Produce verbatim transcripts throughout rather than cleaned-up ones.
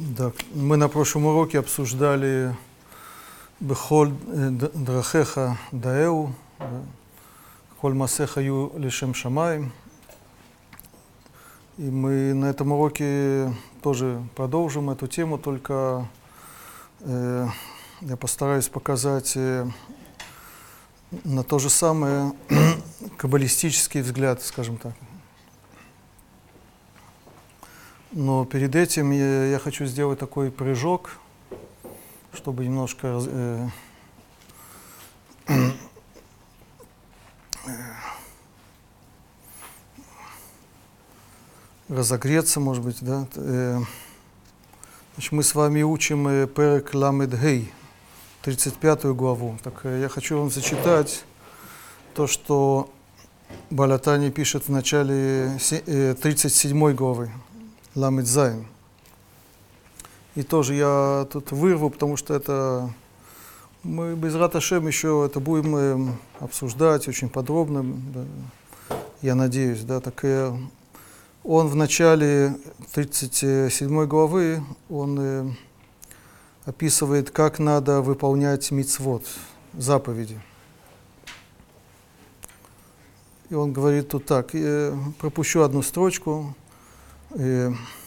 Да, мы на прошлом уроке обсуждали «Бехоль драхеха даэу», «Холь масеха ю лишем шамаим». И мы на этом уроке тоже продолжим эту тему, только э, я постараюсь показать э, на то же самое каббалистический взгляд, скажем так. Но перед этим я, я хочу сделать такой прыжок, чтобы немножко э, разогреться, может быть, да. Э, значит, мы с вами учим э, Перек Ламед Гей, тридцать пятую главу. Так э, я хочу вам зачитать то, что Бааль ха-Тanya пишет в начале э, тридцать седьмой главы. Ламед Зайн. И тоже я тут вырву, потому что это мы без Безрат Ашем еще это будем обсуждать очень подробно, да, я надеюсь, да, так и он в начале тридцать седьмой главы он э, описывает, как надо выполнять мицвот, заповеди. И он говорит тут так, э, пропущу одну строчку. И,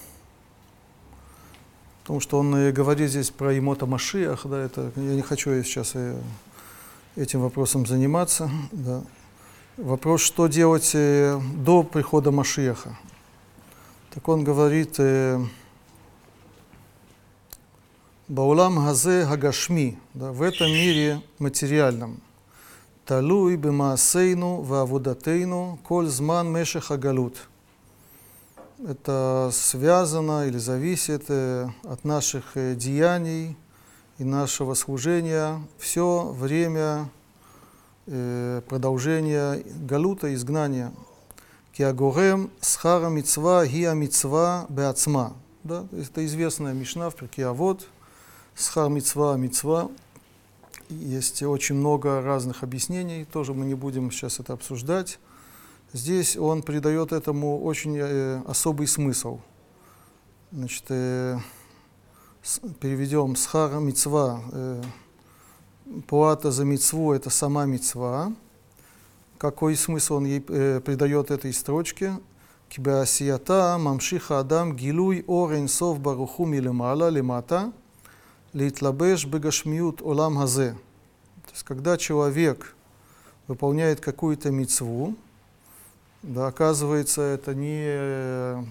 потому что он и говорит здесь про Емота Машиах, да, это, я не хочу сейчас этим вопросом заниматься. Да. Вопрос, что делать до прихода Машиаха. Так он говорит, Баулам хазе хагашми, да, в этом мире материальном, талуй бемаасейну ваавудатейну коль зман мешех хагалут. Это связано или зависит от наших деяний и нашего служения все время продолжения галута, изгнания. Киагорем схара мицва гиа мицва беацма. Да, это известная мишна в Перкей Авот. Схар мицва мицва. Есть очень много разных объяснений, тоже мы не будем сейчас это обсуждать. Здесь он придает этому очень э, особый смысл. Значит, э, с, переведем схара мицва, э, плата за мицву — это сама мицва. Какой смысл он ей э, придает этой строчке? Кибеасията мамшиха адам гилуй ор эйн сов баруху милемала лемата литлабеш бегашмиют олам хазе. То есть, когда человек выполняет какую-то мицву, да, оказывается, это не,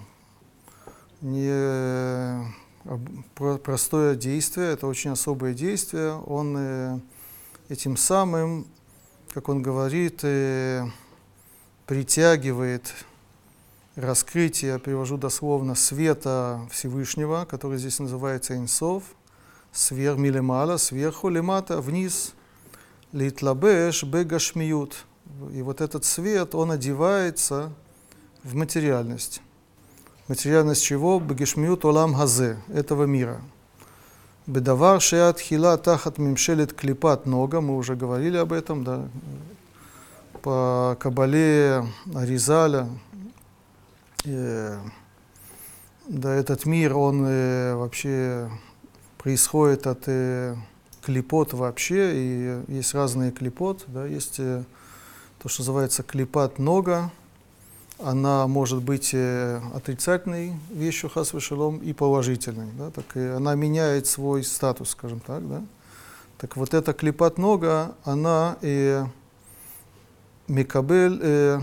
не простое действие, это очень особое действие. Он э, этим самым, как он говорит, э, притягивает раскрытие, я перевожу дословно, света Всевышнего, который здесь называется Инсов, сверх милемала, сверху лемата, вниз, литлабеш бегашмиют. И вот этот свет, он одевается в материальность. Материальность чего? Бегешмиют олам хазе, этого мира. Бедавар шеат хила тахат мимшелет клипат нога, мы уже говорили об этом, да, по кабале Аризаля. Э, да, этот мир, он э, вообще происходит от э, клипот вообще, и есть разные клипот, да, есть э, то, что называется клипат нога, она может быть э, отрицательной вещью, хас вешалом, и положительной. Да, так и она меняет свой статус, скажем так. Да. Так вот эта клипат нога, она э, микабель, э,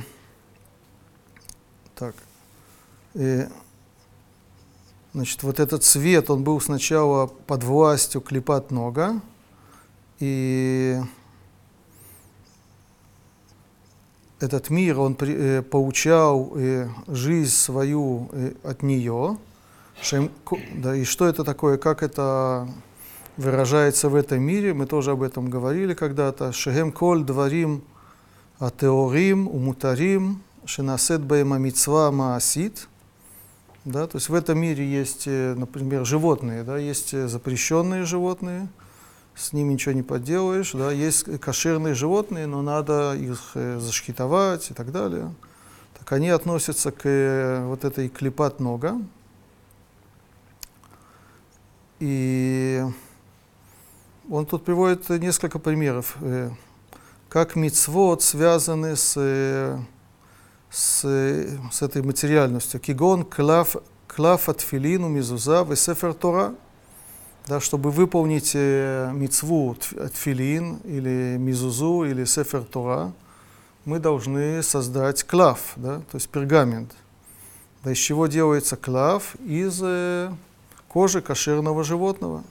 так, э, значит, вот этот свет, он был сначала под властью клипат нога, и этот мир, он э, получал э, жизнь свою э, от нее. Шем, да, и что это такое, как это выражается в этом мире, мы тоже об этом говорили когда-то. Шехем коль дварим атеорим умутарим шенасет бэйма мицва маасит. Да, то есть в этом мире есть, например, животные, да, есть запрещенные животные, с ними ничего не поделаешь, да, есть кошерные животные, но надо их зашхитовать и так далее. Так они относятся к вот этой клипат нога. И он тут приводит несколько примеров, как мицвот связаны с, с, с этой материальностью. Кигон клав, клав от филину мизуза в сефер Тора. Да, чтобы выполнить мицву тфилин или мизузу или сефер Тора, мы должны создать клав, да, то есть пергамент. Да, из чего делается клав? Из кожи кошерного животного.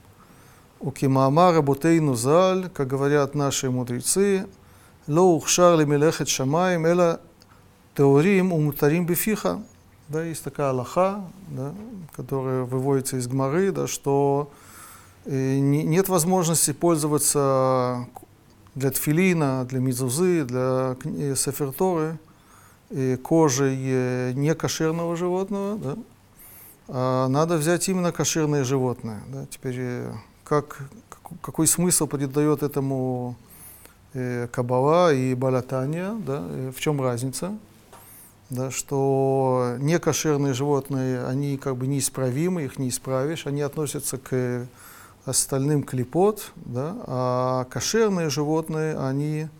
У кимаама работейну заль, как говорят наши мудрецы, ло ухшар лемелехет шамаим, эла теорим умутарим бифиха. Да, есть такая алаха, да, которая выводится из Гмары, да, что э, не, нет возможности пользоваться для тфилина, для мизузы, для э, сефер Торы э, кожей э, некошерного животного, да, а надо взять именно кошерное животное. Да. Теперь э, как, какой смысл придает этому э, Кабала и Балатания, да, э, в чем разница? Да, что некошерные животные, они как бы неисправимы, их не исправишь, они относятся к остальным клипот, да, а кошерные животные, они,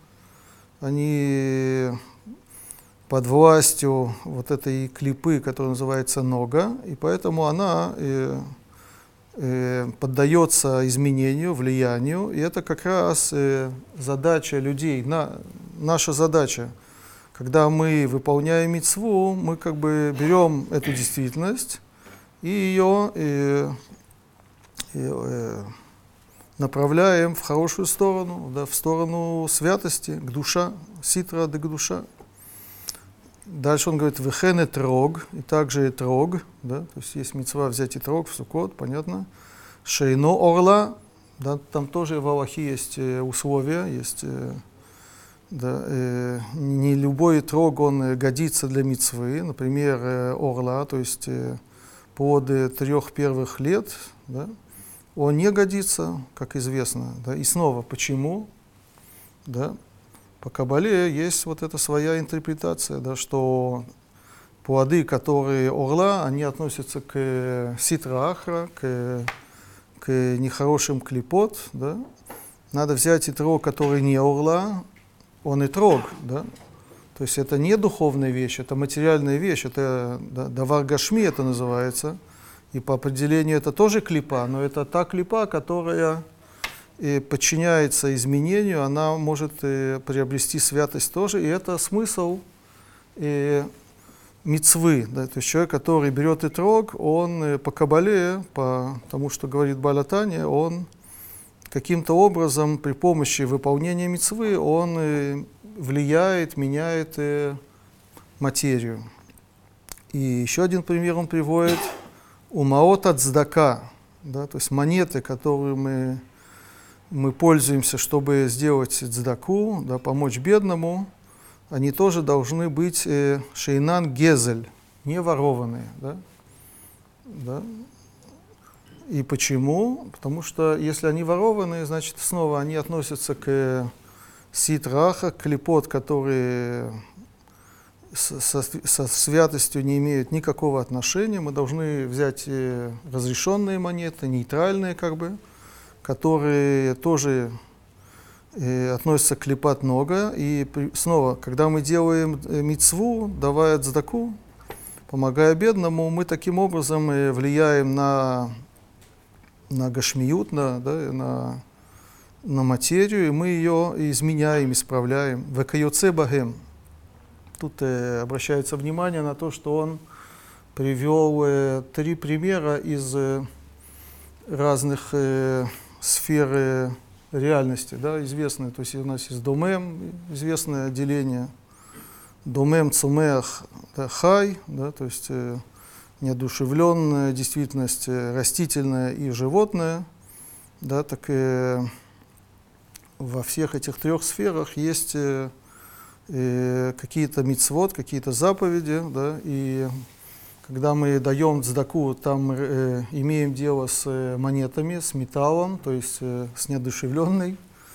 они под властью вот этой клипы, которая называется нога, и поэтому она э, э, поддается изменению, влиянию, и это как раз э, задача людей, на, наша задача. Когда мы выполняем мицву, мы как бы берем эту действительность и ее и, и, и, направляем в хорошую сторону, да, в сторону святости, к душа, ситра де к душа. Дальше он говорит, вехен этрог, и также этрог, да, то есть есть мицва взять этрог в Суккот, понятно. Шейно орла, да, там тоже в Аллахе есть условия, есть... Да, э, не любой этрог он годится для мицвы, например, э, орла, то есть э, под э, трех первых лет, да, он не годится, как известно. Да, и снова, почему? Да, по Кабале есть вот эта своя интерпретация, да, что плоды, которые орла, они относятся к э, ситра ахра, к, к нехорошим клипот. Да. Надо взять этрог, который не орла, он этрог, да, то есть это не духовная вещь, это материальная вещь, это да, давар гашми это называется, и по определению это тоже клипа, но это та клипа, которая и подчиняется изменению, она может и приобрести святость тоже, и это смысл и мицвы, да, то есть человек, который берет этрог, он по Кабале, по тому, что говорит Балатания, он каким-то образом при помощи выполнения мицвы он э, влияет, меняет э, материю. И еще один пример он приводит. Умаот от цдака, да, то есть монеты, которые мы, мы пользуемся, чтобы сделать цдаку, да, помочь бедному, они тоже должны быть э, шейнан гезель, не ворованные. Да, да. И почему? Потому что если они ворованные, значит, снова они относятся к ситраха, к клипот, которые со, со, со святостью не имеют никакого отношения. Мы должны взять разрешенные монеты, нейтральные как бы, которые тоже э, относятся к клипат нога. И при, снова, когда мы делаем мицву, давая цдаку, помогая бедному, мы таким образом влияем на на гашмиют, на, да, на, на материю, и мы ее изменяем, исправляем. Векайоце багем. Тут э, обращается внимание на то, что он привел э, три примера из э, разных э, сфер э, реальности, да, известные. То есть у нас есть домем, известное деление. Домем, цумеах, да, хай, да, то есть э, неодушевленная действительность, растительная и животная, да, так и во всех этих трех сферах есть э, э, какие-то мицвот, какие-то заповеди, да, и когда мы даем цдаку, там э, имеем дело с монетами, с металлом, то есть э, с неодушевленной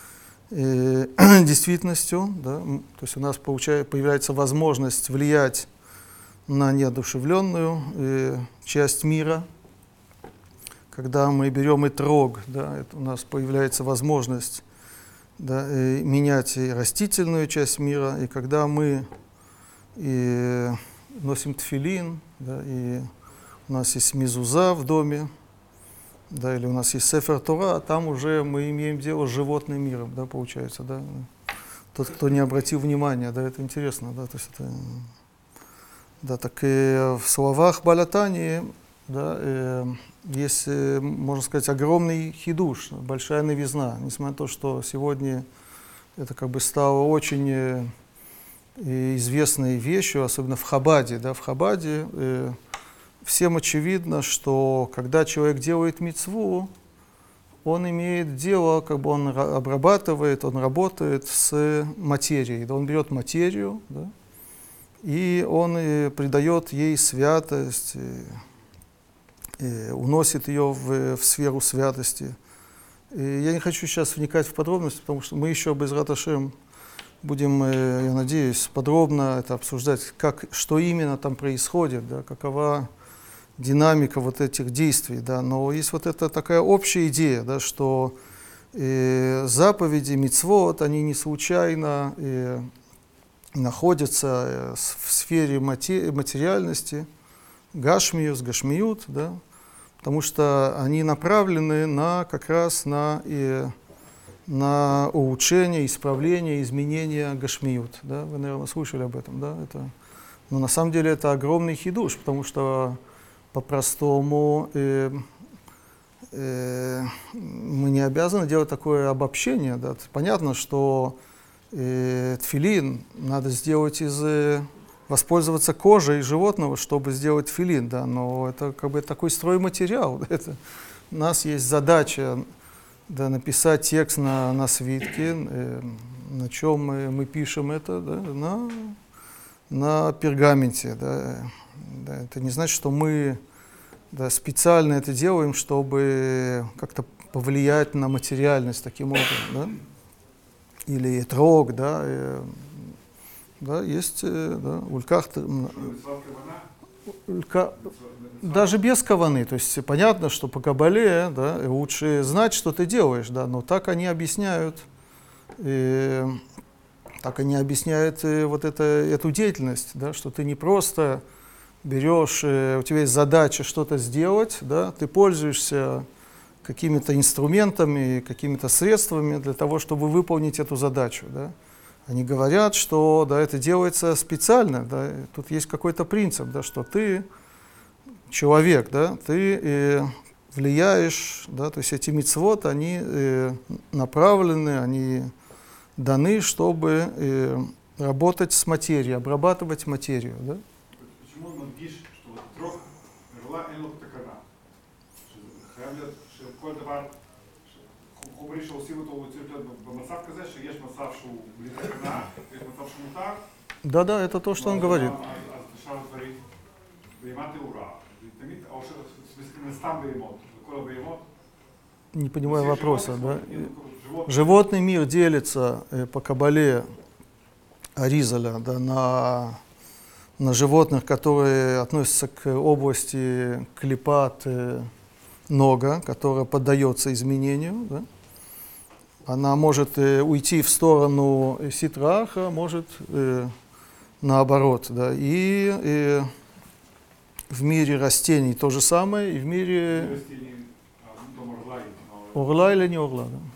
э, действительностью, да, то есть у нас получается, появляется возможность влиять на неодушевленную э, часть мира, когда мы берем итрог, да, это у нас появляется возможность, да, менять и растительную часть мира, и когда мы и носим тфилин, да, и у нас есть мезуза в доме, да, или у нас есть Сефер Тора, там уже мы имеем дело с животным миром, да, получается, да. Тот, кто не обратил внимания, да, это интересно, да, то есть это, да, так и в словах Бааль ха-Тани, да, э, есть, э, можно сказать, огромный хидуш, большая новизна, несмотря на то, что сегодня это как бы стало очень э, известной вещью, особенно в Хабаде, да, в Хабаде э, всем очевидно, что когда человек делает мицву, он имеет дело, как бы он обрабатывает, он работает с материей. Да, он берет материю, да, и он и придает ей святость, и, и уносит ее в, в сферу святости. И я не хочу сейчас вникать в подробности, потому что мы еще без Бе'эзрат Ашем будем, я надеюсь, подробно это обсуждать, как, что именно там происходит, да, какова динамика вот этих действий, да, но есть вот эта такая общая идея, да, что э, заповеди, мицвот, они не случайно э, находятся э, в сфере мати- материальности, гашмиюс, гашмиют, да, потому что они направлены на, как раз на, э, на улучшение, исправление, изменение гашмиют, да, вы, наверное, слышали об этом, да, это, но на самом деле это огромный хидуш, потому что по-простому э, э, мы не обязаны делать такое обобщение. Да? Понятно, что э, тфилин надо сделать из... Э, воспользоваться кожей животного, чтобы сделать тфилин, да? Но это как бы такой стройматериал. Да? Это, у нас есть задача, да, написать текст на, на свитке, э, на чем мы, мы пишем это, да? на, на пергаменте. Да? Да, это не значит, что мы, да, специально это делаем, чтобы как-то повлиять на материальность таким образом, да? Или этрог, да, э, да, есть, э, да, ульках, улька, даже без каваны, то есть понятно, что по кабале, да, лучше знать, что ты делаешь, да, но так они объясняют, э, так они объясняют э, вот это, эту деятельность, да, что ты не просто берешь, у тебя есть задача что-то сделать, да, ты пользуешься какими-то инструментами, какими-то средствами для того, чтобы выполнить эту задачу. Да. Они говорят, что, да, это делается специально, да, тут есть какой-то принцип, да, что ты человек, да, ты э, влияешь, да, то есть эти мицвот, они э, направлены, они даны, чтобы э, работать с материей, обрабатывать материю. Да. Почему он מדגיש что вот трог рла אין לו תקנה, שחייב להיות שכל דבר, חומרי שעושים אותו הוא צריך להיות במצב כזה שיש מצב שהוא בלי תקנה, יש מצב שהוא מותר. Да, да, это то, что он говорит. אז שאר הדברים, בהמה טהורה, תמיד, או סתם בהמות, כל הבהמות. Не понимаю вопроса, да. Животный мир делится э, по кабале Аризаля, да, на на животных, которые относятся к области клипат э, нога, которая поддается изменению. Да? Она может э, уйти в сторону ситраха, может э, наоборот. Да? И э, в мире растений то же самое, и в мире... Орла или не орла? Да?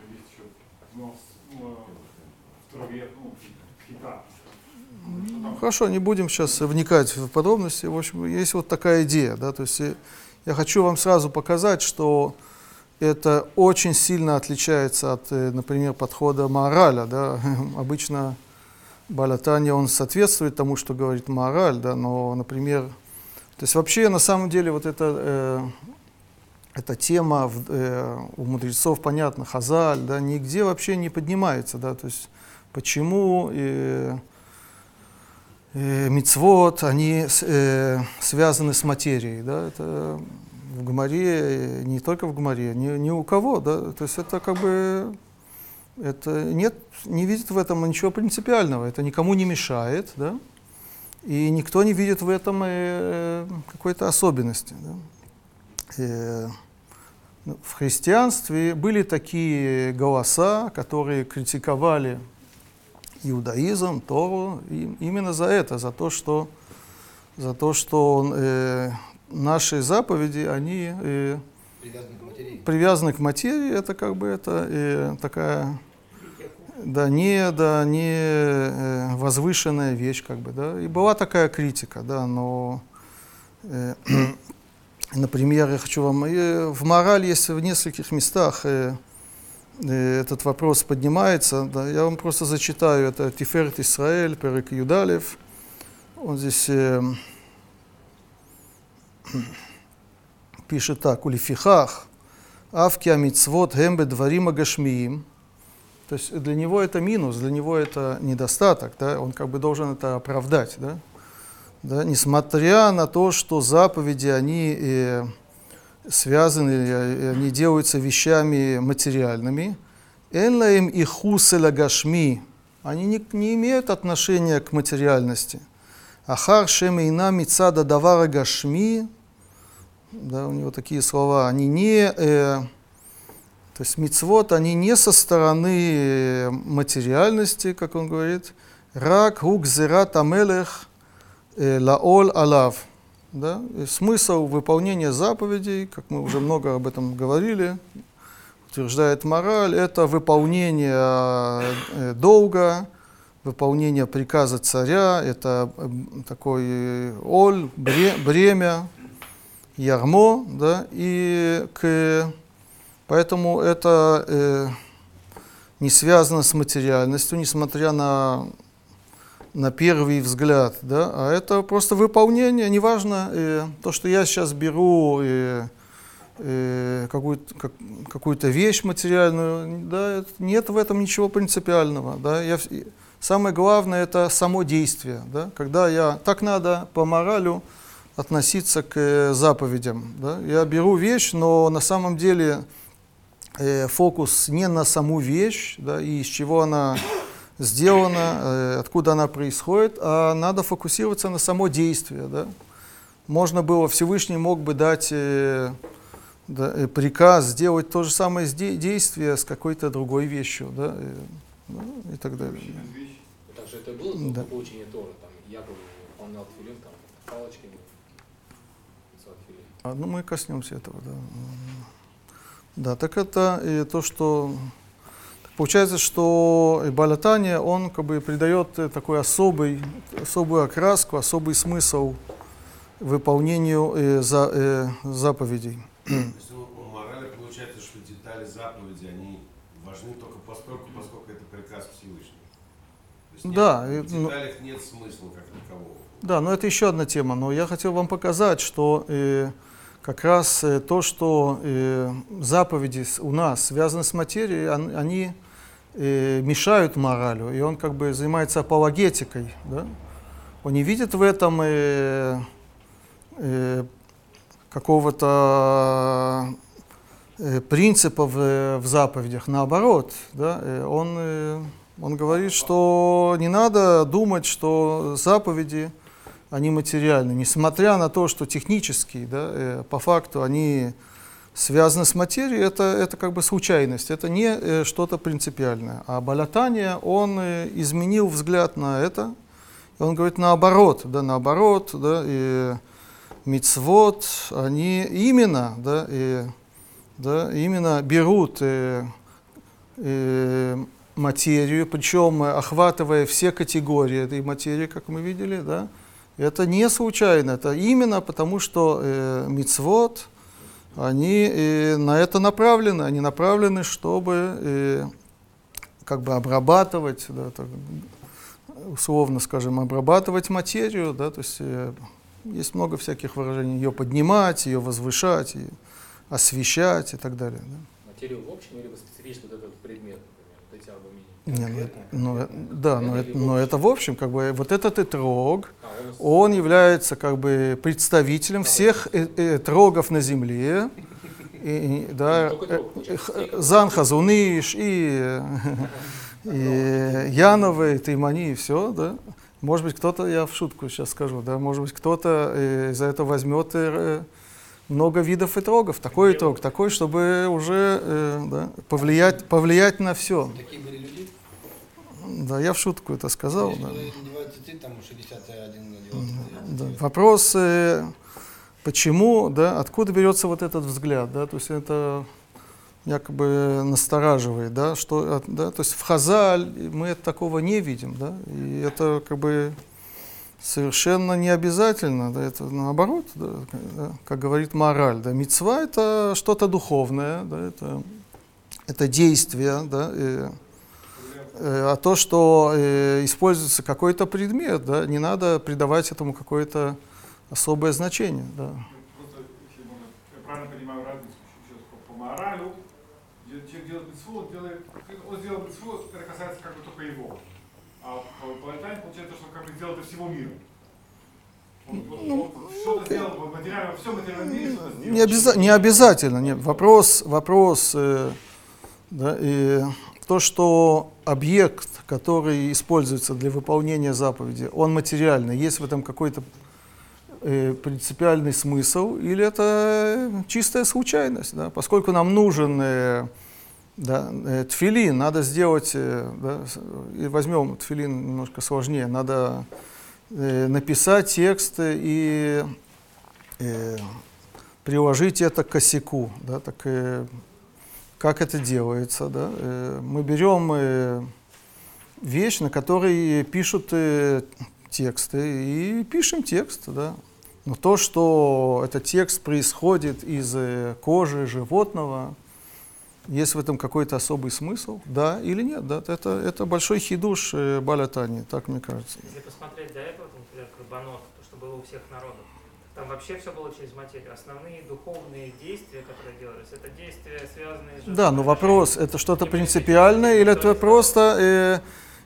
Хорошо, не будем сейчас вникать в подробности. В общем, есть вот такая идея, да, то есть я хочу вам сразу показать, что это очень сильно отличается от, например, подхода Маораля, да. Обычно Бааль ха-Тани, он соответствует тому, что говорит Маораль, да, но, например, то есть вообще на самом деле вот это, э, эта тема в, э, у мудрецов, понятно, Хазаль, да, нигде вообще не поднимается, да, то есть почему э, э, мицвот, они э, связаны с материей, да, это в Гемаре, не только в Гемаре, ни, ни у кого, да, то есть это как бы, это нет, не видит в этом ничего принципиального, это никому не мешает, да, и никто не видит в этом э, какой-то особенности, да. Э, В христианстве были такие голоса, которые критиковали иудаизм, Тору, и именно за это, за то, что, за то, что э, наши заповеди, они э, Привязаны к материи. привязаны к материи, это как бы это э, такая, да, не, да, не э, возвышенная вещь, как бы, да, и была такая критика, да, но э, например, я хочу вам, э, в морали есть в нескольких местах э, э, этот вопрос поднимается, да, я вам просто зачитаю, это Тиферет Исраэль, Перек Юдалев, он здесь э, пишет так: «Улифихах, авки амитцвот гем бедварим агашмиим». То есть для него это минус, для него это недостаток, да, он как бы должен это оправдать, да. Да, несмотря на то, что заповеди, они э, связаны, э, они делаются вещами материальными, «Энлаим и хуселя гашми», они не, не имеют отношения к материальности. «Ахар шемейна мицада давара гашми», да, у него такие слова, они не, э, то есть мицвот, они не со стороны материальности, как он говорит, «Рак хук зерат амелех лаол алав». Да? Смысл выполнения заповедей, как мы уже много об этом говорили, утверждает мораль, это выполнение долга, выполнение приказа царя, это такой оль, бремя, ярмо, да? И к, поэтому это э, не связано с материальностью, несмотря на на первый взгляд, да, а это просто выполнение, неважно, э, то, что я сейчас беру э, э, какую-то, как, какую-то вещь материальную, да, нет в этом ничего принципиального, да, я, самое главное это само действие, да, когда я, так надо по моралю относиться к э, заповедям, да, я беру вещь, но на самом деле э, фокус не на саму вещь, да, и из чего она сделано, откуда она происходит, а надо фокусироваться на само действие. Да? Можно было, Всевышний мог бы дать э, да, приказ сделать то же самое действие с какой-то другой вещью, да? И, ну, и так далее. Так же это было да. до получения Торы, там Яков выполнял тфилин, там палочками. А, ну, мы коснемся этого, да. Да, так это и то, что получается, что Бааль ха-Тания, он как бы придает такой особый, особую окраску, особый смысл выполнению э, за, э, заповедей. То есть у морали получается, что детали заповеди, они важны только постольку, поскольку это приказ Всевышнего. То есть Да, нет, в ну, деталях нет смысла как такового. Да, но это еще одна тема. Но я хотел вам показать, что э, как раз э, то, что э, заповеди у нас связаны с материей, они, они э, мешают моралю, и он как бы занимается апологетикой. Да? Он не видит в этом э, э, какого-то э, принципа в, в заповедях. Наоборот, да? э, он, э, он говорит, что не надо думать, что заповеди они материальны, несмотря на то, что технически, да, э, по факту они связаны с материей, это, это как бы случайность, это не э, что-то принципиальное. А Бааль ха-Тания, он э, изменил взгляд на это, и он говорит наоборот, да, наоборот, да, и мицвот, они именно, да, и, да, именно берут э, э, материю, причем охватывая все категории этой материи, как мы видели, да. Это не случайно, это именно потому, что э, мицвот, они э, на это направлены, они направлены, чтобы э, как бы обрабатывать, да, так, условно скажем, обрабатывать материю, да, то есть э, есть много всяких выражений, ее поднимать, ее возвышать, ее освещать и так далее. Да. Материю в общем или специфически вот этот предмет, например, вот эти аргументы? Не, ну, ну, да, но это, но это в общем, как бы вот этот этрог, он является как бы представителем всех этрогов на земле, и, да, Зан Хазуныш и, и Янове, и Теймани, и все, да. Может быть, кто-то, я в шутку сейчас скажу, да, может быть, кто-то за это возьмет много видов итрогов, такой итрог, такой, чтобы уже э, да, повлиять, повлиять на все. Такие были люди? Да, я в шутку это сказал. Да. Надеваются ты, там шестьдесят один надевается. Да. Вопрос, э, почему, да, откуда берется вот этот взгляд, да, то есть это якобы настораживает, да, что, да, то есть в Хазаль мы такого не видим, да, и это как бы совершенно не обязательно, да, это наоборот, да, да, как говорит мораль, да, мицва это что-то духовное, да, это, это действие, да, и, э, а то, что э, используется какой-то предмет, да, не надо придавать этому какое-то особое значение, да. Просто, если можно, я правильно понимаю разницу сейчас по, по моралю, человек делает мицву, он делает, он сделал мицву, это касается как бы только его. А по, по Латани получается, что как бы сделал для всего мира. Он, он, он что-то сделал материально, во всем материальном мире что-то сделал. Не, обяза- не обязательно, нет. Вопрос, вопрос э, да, и то, что объект, который используется для выполнения заповеди, он материальный, есть в этом какой-то э, принципиальный смысл, или это чистая случайность, да? Поскольку нам нужен э, да, э, тфилин, надо сделать, э, да, и возьмем тфилин немножко сложнее, надо э, написать текст и э, приложить это к косяку, да, так, э, как это делается, да? Э, мы берем э, вещь, на которой пишут э, тексты, и пишем текст, да. Но то, что этот текст происходит из э, кожи животного, есть в этом какой-то особый смысл, да или нет, да, это, это большой хидуш э, Бааль ха-Тани, так мне кажется. Если посмотреть до этого, то, например, Карбонот, то, что было у всех народов, там вообще все было через материю. Основные духовные действия, которые делались, это действия, связанные с... Да, но вопрос, это что-то принципиальное или это просто э,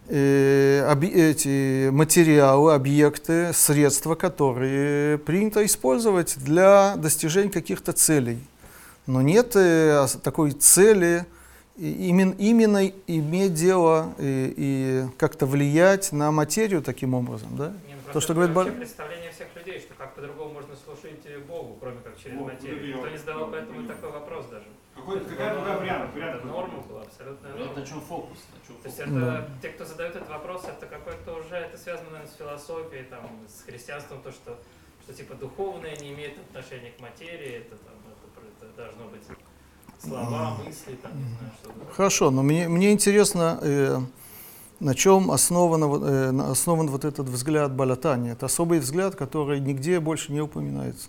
э, об, эти материалы, объекты, средства, которые принято использовать для достижения каких-то целей. Но нет э, такой цели именно, именно иметь дело и, и как-то влиять на материю таким образом. Да? Не, ну, То, что это говорит вообще Бар... представление всех людей, что как по-другому можно служить Богу, кроме как через Вот, материю. Никто не задавал поэтому такой вопрос даже. Какой, какая другая вариант? Это вариант норма была, абсолютная норма. Это на чем фокус? На чем То есть фокус? это, Да. те, кто задают этот вопрос, это какой-то уже, это связано, наверное, с философией, там, с христианством, то, что, что типа духовное не имеет отношения к материи, это, там, это, это должно быть слова, мысли, там, не знаю, что-то. Хорошо, но мне, мне интересно, э, на чем основан, э, основан вот этот взгляд Бааль ха-Тани. Это особый взгляд, который нигде больше не упоминается.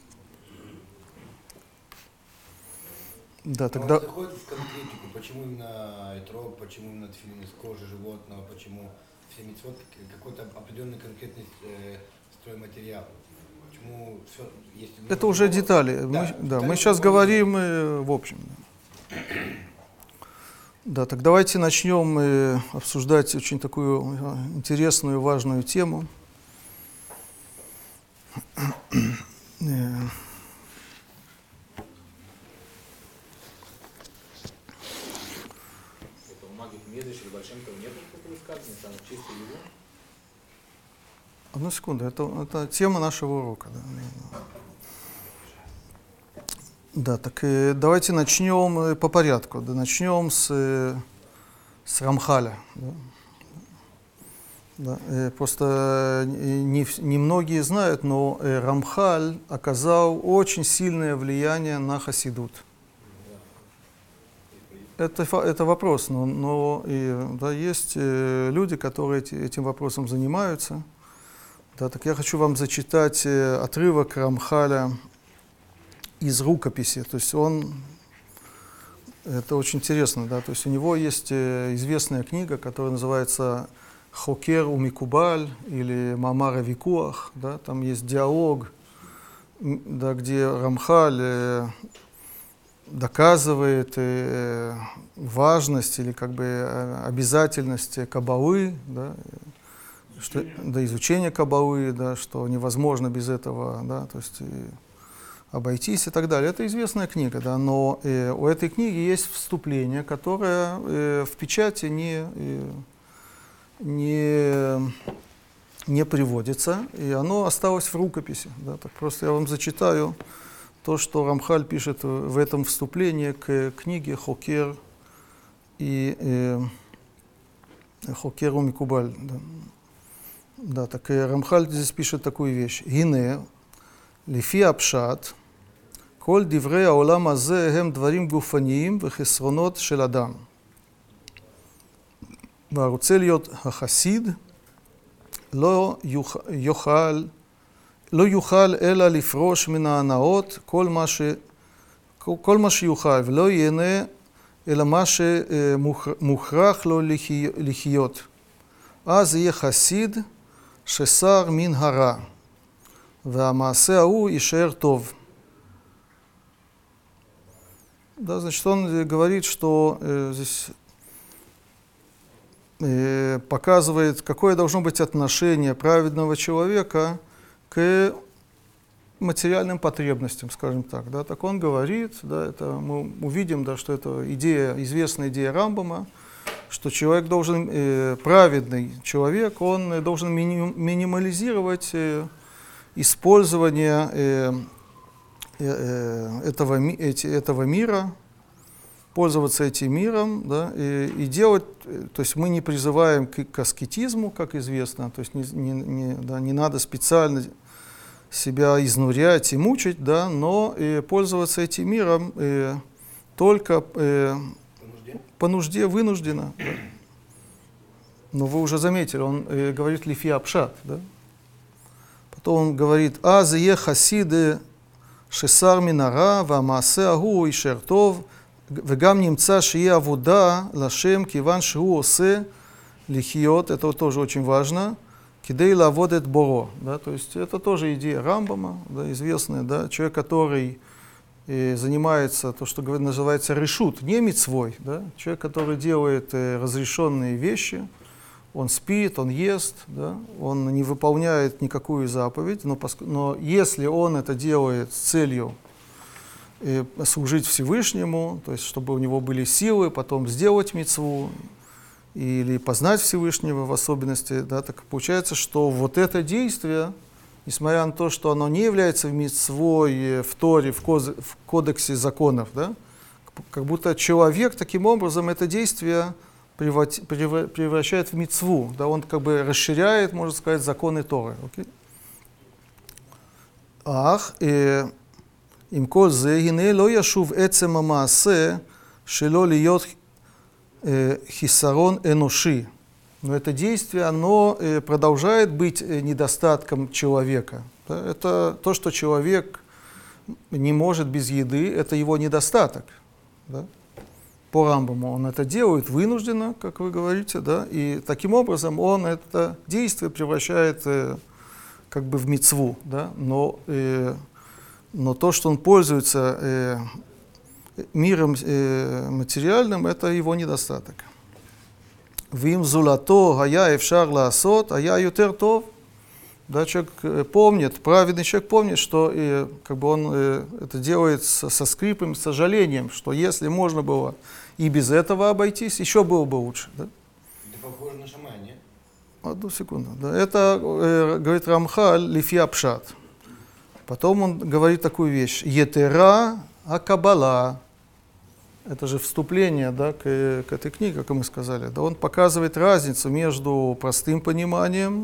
Да, тогда... Он заходит в конкретику, почему именно итрог, почему именно тфилин из кожи животного, почему все мицвот, какой-то определенный конкретный э, стройматериал. Почему все есть... Это уже детали. Да, мы, да, детали мы сейчас мы говорим э, в общем. Да, так давайте начнем э, обсуждать очень такую э, интересную, важную тему. Э, Это у магии Медведя или Большенкова нет такого высказывания, там чисто его. Одну секунду, это, это тема нашего урока. Да, да так э, давайте начнем э, по порядку. Да, начнем с, э, с Рамхаля. Да. Да, э, просто не, не многие знают, но э, Рамхаль оказал очень сильное влияние на хасидут. Это, это вопрос, но, но и, да, есть э, люди, которые эти, этим вопросом занимаются. Да, так я хочу вам зачитать э, отрывок Рамхаля из рукописи. То есть он, это очень интересно, да, то есть у него есть э, известная книга, которая называется «Хокер у Микубаль» или «Мамар ха-Викуах», да, там есть диалог, да, где Рамхаль э, доказывает э, важность или как бы э, обязательность каббалы, да, что, да, изучение каббалы, да, что невозможно без этого, да, то есть и обойтись и так далее. Это известная книга, да, но э, у этой книги есть вступление, которое э, в печати не, э, не, не приводится, и оно осталось в рукописи. Да, так просто я вам зачитаю то, что Рамхаль пишет в этом вступлении к книге Хокер и э, Хокер у Микубаль. Да. Да, так и Рамхаль здесь пишет такую вещь. Гине, лифи апшат, коль диврей аолам азе хем дварим гуфанiyim вехесронот шел адам. והרוצה להיות החסיד לא יוכל, לא יוכל אלא לפרוש מן ההנאות כל מה, ש, כל מה שיוכל, ולא ייהנה אלא מה שמוכרח לו לחיות. אז יהיה חסיד שסר מן הרע, והמעשה ההוא יישאר טוב. Да, значит, он говорит, что э, здесь э, показывает, какое должно быть отношение праведного человека к материальным потребностям, скажем так. Да. Так он говорит, да, это мы увидим, да, что это идея, известная идея Рамбама, что человек должен, э, праведный человек, он должен мини, минимализировать э, использование э, Этого, эти, этого мира, пользоваться этим миром, да, и, и делать, то есть мы не призываем к, к аскетизму, как известно, то есть не, не, не, да, не надо специально себя изнурять и мучить, да, но и пользоваться этим миром и только э, по нужде, вынужденно. Да. Но вы уже заметили, он э, говорит лифи апшат, да. Потом он говорит аз е хасиды שסר מן הרע והמעשה ההוא יישאר טוב וגם נמצא שיהיה עבודה לשם כיוון שהוא עושה לחיות, это тоже очень важно, כדי לעבוד את בורו, да, то есть это тоже идея Рамбама, да, известная, да, человек, который э, занимается, то, что называется решут, не мицвой, да, человек, который делает э, разрешенные вещи, он спит, он ест, да, он не выполняет никакую заповедь, но, но если он это делает с целью э, служить Всевышнему, то есть чтобы у него были силы потом сделать мицву или познать Всевышнего в особенности, да, так получается, что вот это действие, несмотря на то, что оно не является мицвой в Торе, в, коз, в кодексе законов, да, как будто человек таким образом это действие превращает в мицву, да, он как бы расширяет, можно сказать, законы Торы. Okay? Ах, им кол зе, гине ло яшув эцем амаасе, шело льет хисарон эноши. Но это действие, оно продолжает быть недостатком человека. Да? Это то, что человек не может без еды, это его недостаток. Да? По Рамбаму он это делает вынужденно, как вы говорите, да, и таким образом он это действие превращает э, как бы в мицву, да, но, э, но то, что он пользуется э, миром э, материальным, это его недостаток. Вим зулато гая эфшар лаасот, ая ютер тов. Да, человек помнит, праведный человек помнит, что э, как бы он э, это делает со, со скрипом, с сожалением, что если можно было и без этого обойтись, еще было бы лучше. Да? Это похоже на шамай, нет? Одну секунду. Да. Это, э, говорит Рамхаль, лифи апшат. Потом он говорит такую вещь. Етера акабала. Это же вступление, да, к, к этой книге, как мы сказали. Да, он показывает разницу между простым пониманием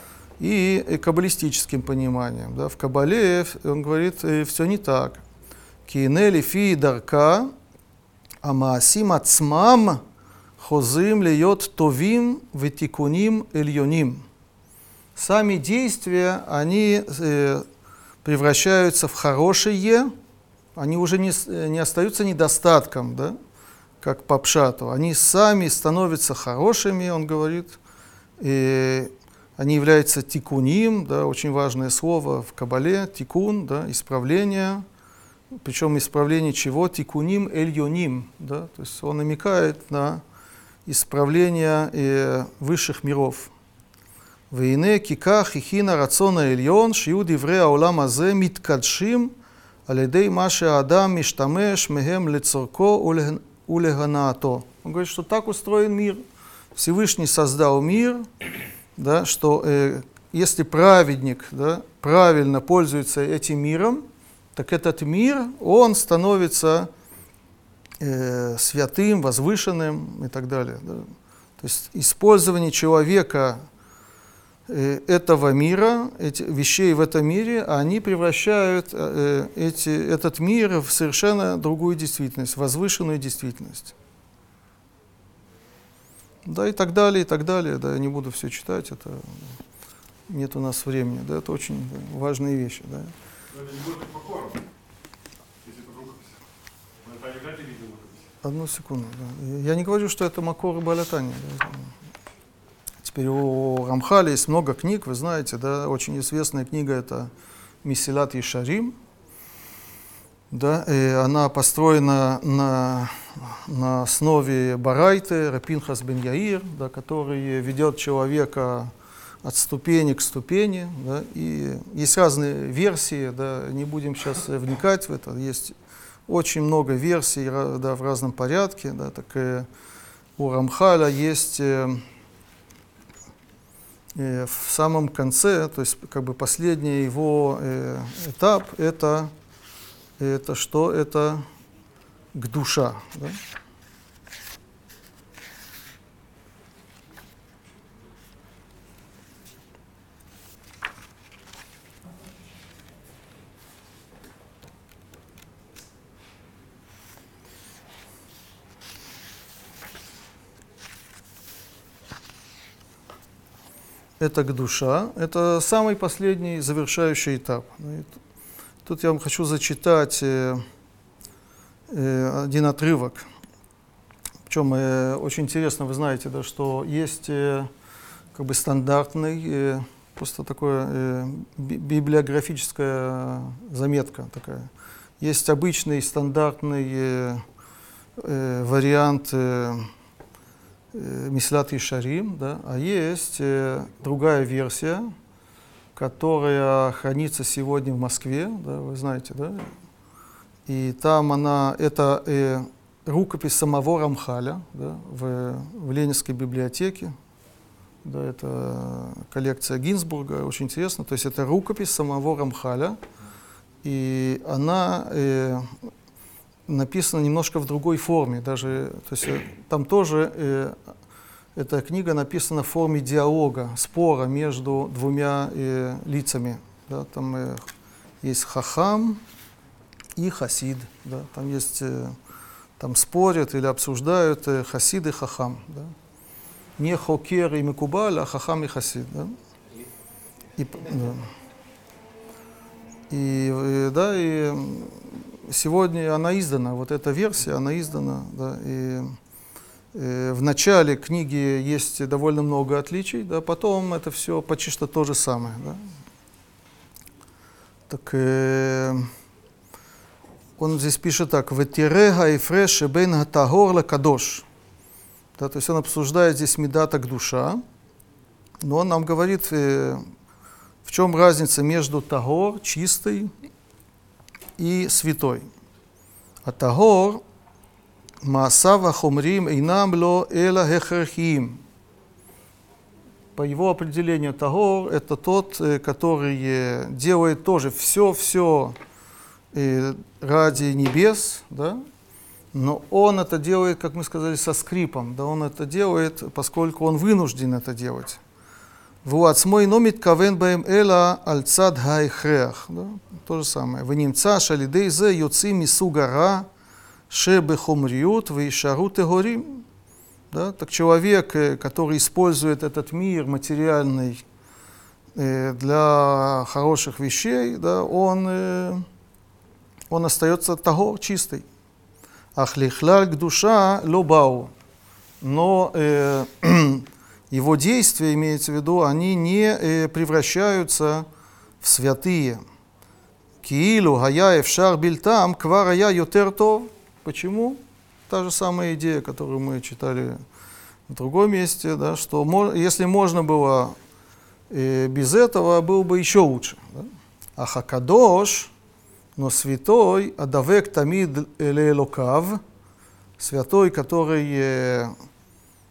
и каббалистическим пониманием. Да. В Каббале он говорит, все не так. Кине лифи дарка амаасим ацмам хозрим льет товим ветикуним эльоним. Сами действия, они э, превращаются в хорошие, они уже не, не остаются недостатком, да, как по пшату. Они сами становятся хорошими, он говорит, и они являются тикуним, да, очень важное слово в Кабале, тикун, да, исправление. Причем исправление чего? Тикуним эльоним, да, то есть он намекает на исправление э, высших миров. Вейне киках ихина рацона эльон шиу диврей аолам азе миткадшим алидей маше адам миштамеш мехем лецорко улеганаато. Он говорит, что так устроен мир. Всевышний создал мир, да, что э, если праведник, да, правильно пользуется этим миром, так этот мир, он становится э, святым, возвышенным и так далее. Да? То есть использование человека э, этого мира, эти, вещей в этом мире, они превращают э, эти, этот мир в совершенно другую действительность, возвышенную действительность. Да, и так далее, и так далее. Да, я не буду все читать, это нет у нас времени. Да, это очень важные вещи. Да. Но это не будет как Макором, если это в рукописи. Но это вряд ли видно в рукописи. Одну секунду. Да. Я не говорю, что это Макор и Балятани. Да. Теперь у Рамхаля есть много книг, вы знаете, да, очень известная книга это Месилат Ешарим. Да, и она построена на, на основе Барайты, Рапинхас бен Яир, да, который ведет человека от ступени к ступени. Да, и есть разные версии, да, не будем сейчас вникать в это. Есть очень много версий, да, в разном порядке. Да, так, э, у Рамхаля есть э, э, в самом конце, то есть как бы последний его э, этап, это Это что? Это гдуша. Да? Это гдуша. Это самый последний завершающий этап. Тут я вам хочу зачитать э, э, один отрывок. Причем э, очень интересно, вы знаете, да, что есть э, как бы стандартный, э, просто такое э, библиографическая заметка такая. Есть обычный стандартный э, э, вариант э, э, Месилат Ешарим, да, а есть э, другая версия, которая хранится сегодня в Москве, да, вы знаете, да, и там она, это э, рукопись самого Рамхаля, да, в, в Ленинской библиотеке, да, это коллекция Гинзбурга, очень интересно, то есть это рукопись самого Рамхаля, и она э, написана немножко в другой форме, даже, то есть там тоже э, эта книга написана в форме диалога, спора между двумя э, лицами. Да, там э, есть хахам и хасид. Да, там есть, э, там спорят или обсуждают э, хасид и хахам. Да. Не хокер и мекубаль, а хахам и хасид. Да. И, да. И, э, да, и сегодня она издана, вот эта версия, она издана. Да, и, в начале книги есть довольно много отличий, да, потом это все почти что то же самое. Да. Так, э, он здесь пишет так: «Ветирега и фреше бен гатагор ла кадош». То есть он обсуждает здесь медата к душа, но он нам говорит, э, в чем разница между тагор, чистый, и святой. А тагор Маасава хумрим инам ло эла хехархиим. По его определению тагор это тот, который делает тоже все-все ради небес, да? Но он это делает, как мы сказали, со скрипом. Да? Он это делает, поскольку он вынужден это делать. Вуацмой номит кавен баем эла альцад хайхреах. То же самое. Внимца шалидей зе юци мисугара шебехумриют вейшарут эгорим. Да, так человек, который использует этот мир материальный э, для хороших вещей, да, он, э, он остается тагор, чистый. Ахлихлаль к душа лобау. Но э, его действия, имеется в виду, они не э, превращаются в святые. Киилу гая эфшар бильтам квар ая йотер тов. Почему? Та же самая идея, которую мы читали в другом месте, да, что мож, если можно было э, без этого, было бы еще лучше. Да? А хакадош, но святой, адавек тамид элелокав, святой, который э,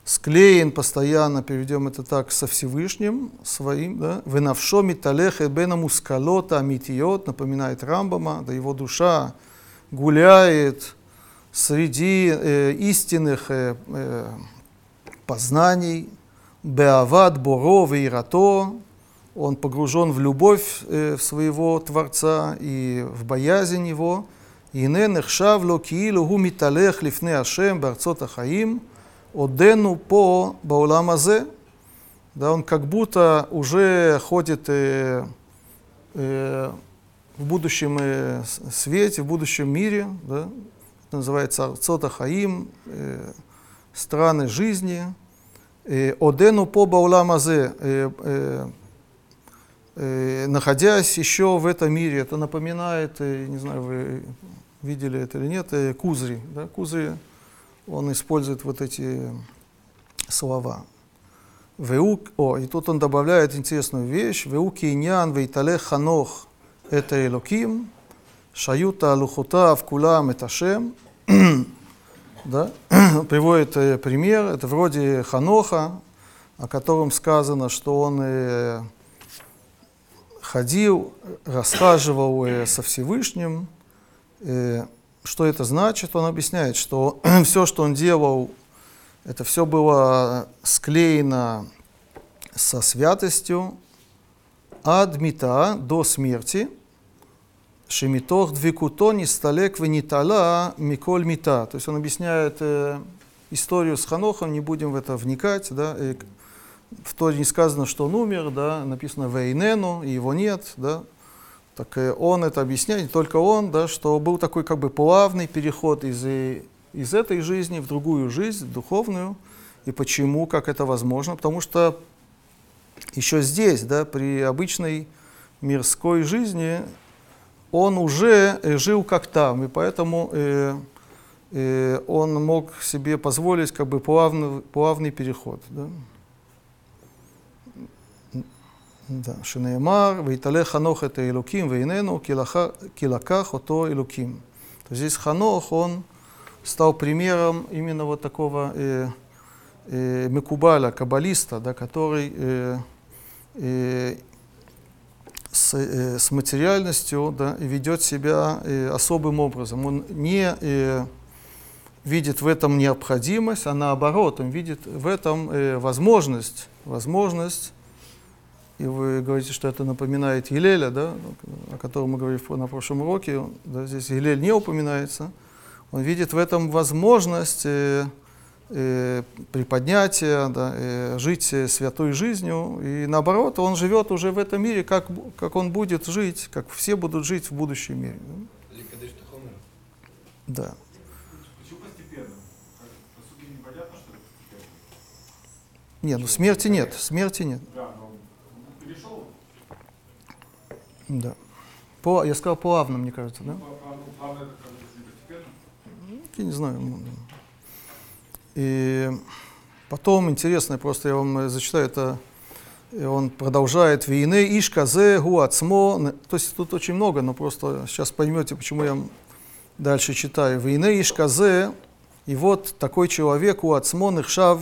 склеен постоянно, переведем это так, со Всевышним своим, да, «Венавшо миталех эбена мускалота амитиот», напоминает Рамбама, да, его душа гуляет среди э, истинных э, э, познаний, «Беавад боро веирато», он погружен в любовь э, в своего Творца и в боязнь его, «Ине нехшав ло киилу гу миталех лифне Ашем барцот ахаим, одену по баулам азе». Да, он как будто уже ходит э, э, в будущем э, свете, в будущем мире, да, это называется арцот ахаим, э, страны жизни, э, одену по баулам азе, э, э, э, находясь еще в этом мире. Это напоминает, э, не знаю, вы видели это или нет, э, Кузри, да, Кузри, он использует вот эти слова. Веук, о, и тут он добавляет интересную вещь. Веуки иньян вейталех ханох это элоким, шаюта лухутав кулам это шем. Да? Приводит э, пример, это вроде Ханоха, о котором сказано, что он э, ходил, расхаживал э, со Всевышним. Э, что это значит? Он объясняет, что все, что он делал, это все было склеено со святостью ад мита, до смерти, шемитох двикуто нисталек венитала миколь мита. То есть он объясняет э, историю с Ханохом, не будем в это вникать. Да, и в Торе не сказано, что он умер, да, написано вейнену, и его нет. Да. Так э, он это объясняет, не только он, да, что был такой как бы плавный переход из, из этой жизни в другую жизнь, духовную. И почему, как это возможно? Потому что еще здесь, да, при обычной мирской жизни, он уже э, жил как там, и поэтому э, э, он мог себе позволить как бы плавный, плавный переход. Да? Да. Шинеймар, вейталех ханох это элуким, вейнену, килаках ото элуким. То здесь Ханох, он стал примером именно вот такого э, э, мекубаля, каббалиста, да, который э, э, С, э, с материальностью, да, и ведет себя э, особым образом. Он не э, видит в этом необходимость, а наоборот, он видит в этом э, возможность. Возможность, и вы говорите, что это напоминает Гилеля, да, о котором мы говорили на прошлом уроке, да, здесь Гилель не упоминается. Он видит в этом возможность э, э, приподнятия, да, э, жить святой жизнью, и наоборот, он живет уже в этом мире, как, как он будет жить, как все будут жить в будущем мире. Да. Почему постепенно? По сути, непонятно, что это постепенно. Нет, ну смерти нет, смерти нет. Да, но он перешел. Да. По, я сказал плавно, мне кажется, да? Плавно это как бы постепенно. Я не знаю. И потом, интересно, просто я вам зачитаю, это он продолжает «Вейне иш казе гу ацмо». То есть тут очень много, но просто сейчас поймете, почему я дальше читаю. «Вейне иш казе», и вот такой человек у ацмо нехшав,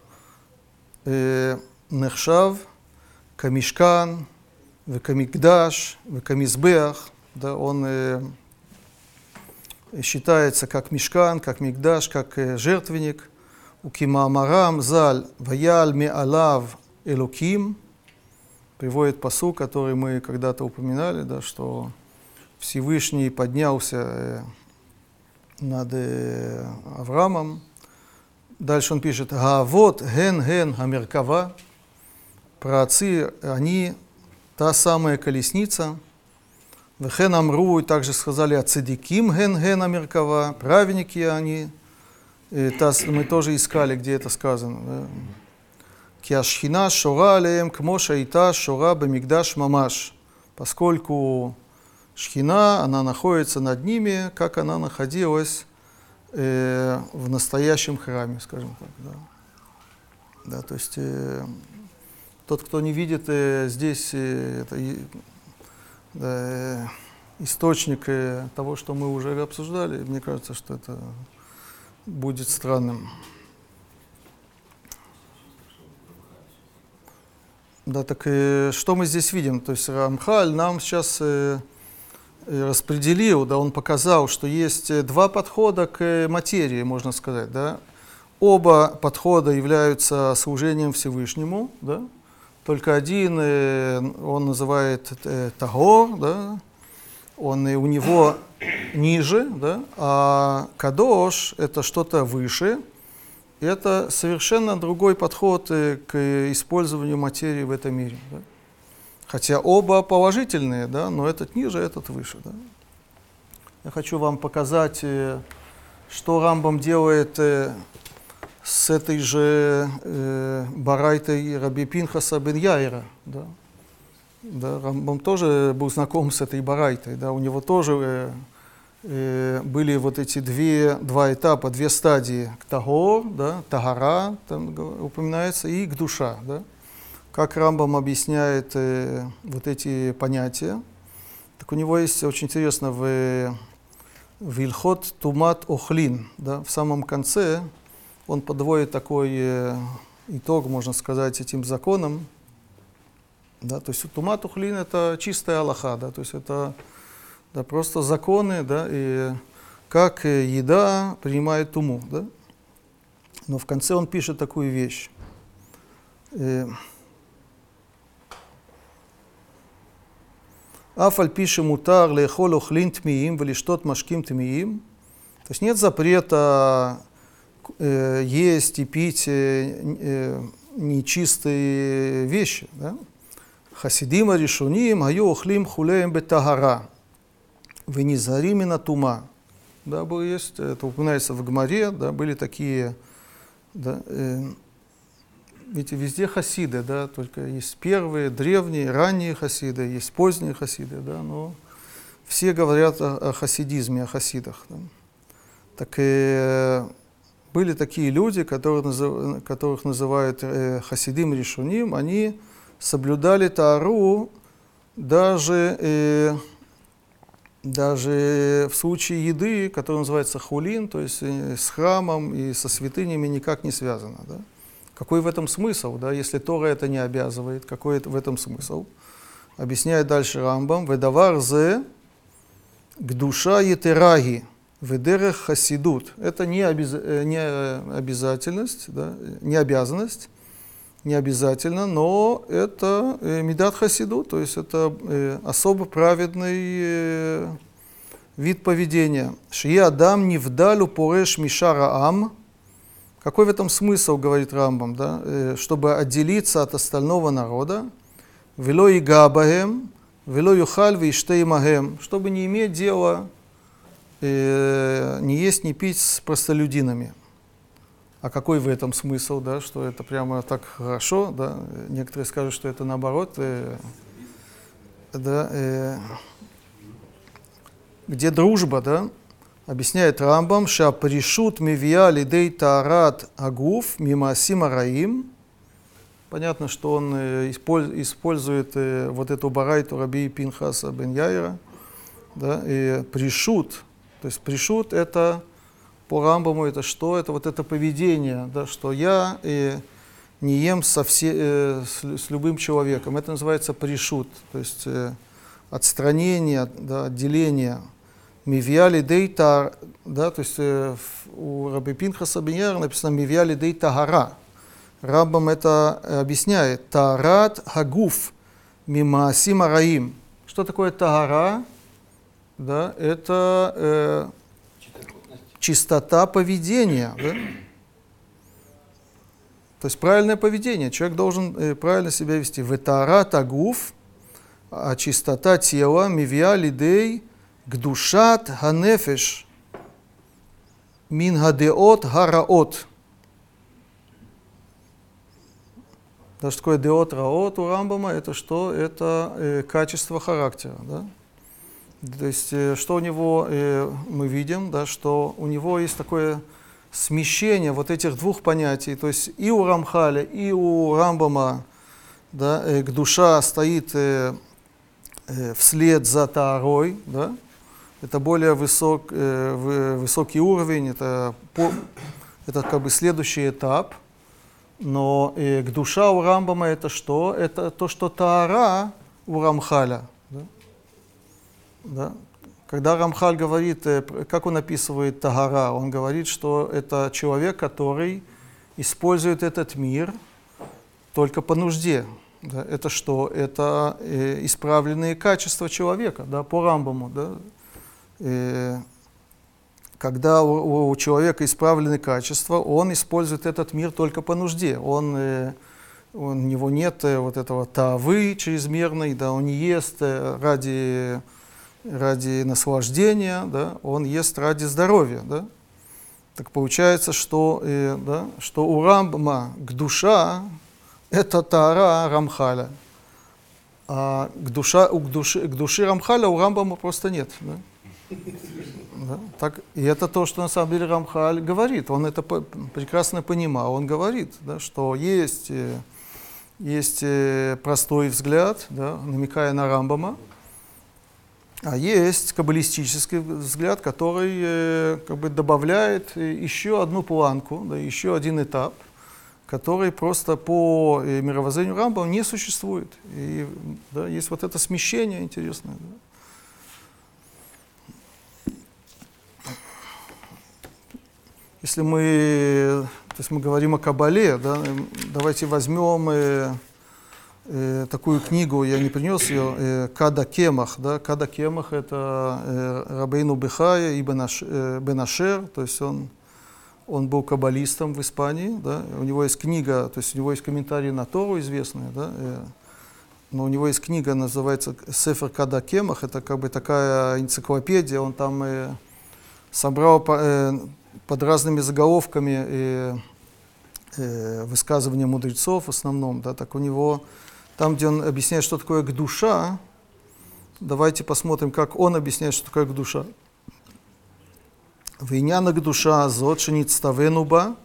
э, нехшав камишкан, векамикдаш, векамизбеах. Да, он э, считается как мишкан, как микдаш, как э, жертвенник. Укимаамарам заль ваяль меалав элоким, приводит пасук, который мы когда-то упоминали, да, что Всевышний поднялся э, над э, Авраамом. Дальше он пишет: «Гаавот ген-ген хамеркава», праотцы, они та самая колесница. «Вехен амру», и также сказали «ацедиким ген-ген хамеркава», праведники они. Мы тоже искали, где это сказано. «Киашхина шора алеем кмо шаита шора бамикдаш мамаш», поскольку шхина, она находится над ними, как она находилась э, в настоящем храме, скажем так. Да. Да, то есть э, тот, кто не видит э, здесь э, это, да, э, источник э, того, что мы уже обсуждали, мне кажется, что это будет странным. Да, так э, что мы здесь видим? То есть Рамхаль нам сейчас э, распределил, да, он показал, что есть два подхода к материи, можно сказать, да. Оба подхода являются служением Всевышнему, да. Только один э, он называет э, Тагор, да, он и у него ниже, да, а Кадош это что-то выше. Это совершенно другой подход к использованию материи в этом мире. Да? Хотя оба положительные, да, но этот ниже, этот выше. Да? Я хочу вам показать, что Рамбам делает с этой же э, барайтой Раби Пинхаса бен Яира. Да? Да, Рамбам тоже был знаком с этой барайтой. Да? У него тоже э, были вот эти две, два этапа, две стадии. Тагор, да, Тагара, там упоминается, и к душа. Да? Как Рамбам объясняет э, вот эти понятия. Так у него есть очень интересно в, в Ильхот Тумат Охлин. Да? В самом конце он подводит такой э, итог, можно сказать, этим законам. Да? То есть Тумат Охлин это чистая алаха, да? То есть это да, просто законы, да, и как еда принимает туму. Да? Но в конце он пишет такую вещь. Афаль пише мутар лехол охлин тмиим велиштот машким тмиим. То есть нет запрета э, есть и пить э, э, нечистые вещи. Да? Хасидим аришуним гаю охлим хулеем бетагара. Венизарим мина тума. Да, было есть, это упоминается в Гмаре, да, были такие, да, э, видите, везде хасиды, да, только есть первые, древние, ранние хасиды, есть поздние хасиды, да, но все говорят о, о хасидизме, о хасидах. Да. Так э, были такие люди, которые назыв, которых называют э, хасидим решуним, они соблюдали Таару даже э, Даже в случае еды, которая называется хулин, то есть с храмом и со святынями никак не связано. Да? Какой в этом смысл, да? Если Тора это не обязывает, какой в этом смысл? Объясняет дальше Рамбам: «Ведавар зе гдуша етераги ведерех хасидут». Это не, обяз... не обязательность, да? Не обязанность, не обязательно, но это э, медат хасиду, то есть это э, особо праведный э, вид поведения. Шие адам нивдалю пореш мишара ам. Какой в этом смысл, говорит Рамбам, да? Э, чтобы отделиться от остального народа. Вело игабахем, вело юхаль виштеймахем, чтобы не иметь дела, э, не есть, не пить с простолюдинами. А какой в этом смысл, да, что это прямо так хорошо, да? Некоторые скажут, что это наоборот, э, да, э, где дружба, да? Объясняет Рамбам: «Ша пришут мивия лидей таарат агуф мимасим араим». Понятно, что он э, использует э, вот эту барайту Раби Пинхаса бен Яира, да, и пришут, то есть пришут это по Рамбаму это что? Это вот это поведение, да, что я э, не ем со все, э, с, с любым человеком. Это называется пришут, то есть э, отстранение, да, отделение. Мивиали дейта, да, то есть э, у Раби Пинхаса бен Яира написано мивиали дейта гара. Рамбам это объясняет. Таарат хагуф мимаасим араим. Что такое тагара? Да, это э, чистота поведения, да? То есть правильное поведение. Человек должен э, правильно себя вести. Ветаарат агуф, а чистота тела, мивия лидей гдушат ханефеш мин гадеот гараот. Да, что такое деот раот у Рамбама? Это что? Это э, качество характера, да? То есть, что у него э, мы видим, да, что у него есть такое смещение вот этих двух понятий. То есть и у Рамхаля, и у Рамбама, да, э, к душа стоит э, э, вслед за Таарой. Да? Это более высок, э, высокий уровень, это, по, это как бы следующий этап. Но э, к душа у Рамбама это что? Это то, что Таара у Рамхаля. Да? Да? Когда Рамхаль говорит, э, как он описывает Тагара, он говорит, что это человек, который использует этот мир только по нужде. Да? Это что? Это э, исправленные качества человека, да, по Рамбаму. Да? Э, когда у, у человека исправлены качества, он использует этот мир только по нужде. Он, э, он, у него нет э, вот этого тавы чрезмерной, да, он не ест э, ради, ради наслаждения, да, он ест ради здоровья. Да? Так получается, что, э, да, что у Рамбама к душа это Таара Рамхаля, а к, душа, к, душе, к душе Рамхаля у Рамбама просто нет. Да? Да? Так, и это то, что на самом деле Рамхаль говорит. Он это по- прекрасно понимал. Он говорит, да, что есть, э, есть э, простой взгляд, да, намекая на Рамбама, а есть каббалистический взгляд, который э, как бы добавляет э, еще одну планку, да, еще один этап, который просто по э, мировоззрению Рамбама не существует. И да, есть вот это смещение интересное. Да. Если мы, то есть мы говорим о Кабале, да, давайте возьмем э, э, такую книгу, я не принес ее, э, Када Кемах. Да, Када Кемах — это э, Рабейну Бехая и Бен Ашер, то есть он, он был каббалистом в Испании. Да, у него есть книга, то есть у него есть комментарии на Тору известные, да, э, но у него есть книга, называется Сефер Када Кемах, это как бы такая энциклопедия, он там э, собрал э, под разными заголовками э, э, высказывания мудрецов в основном, да, так у него, там, где он объясняет, что такое к душа, давайте посмотрим, как он объясняет, что такое к душа. Вейняна к душа азот шеництавену ба.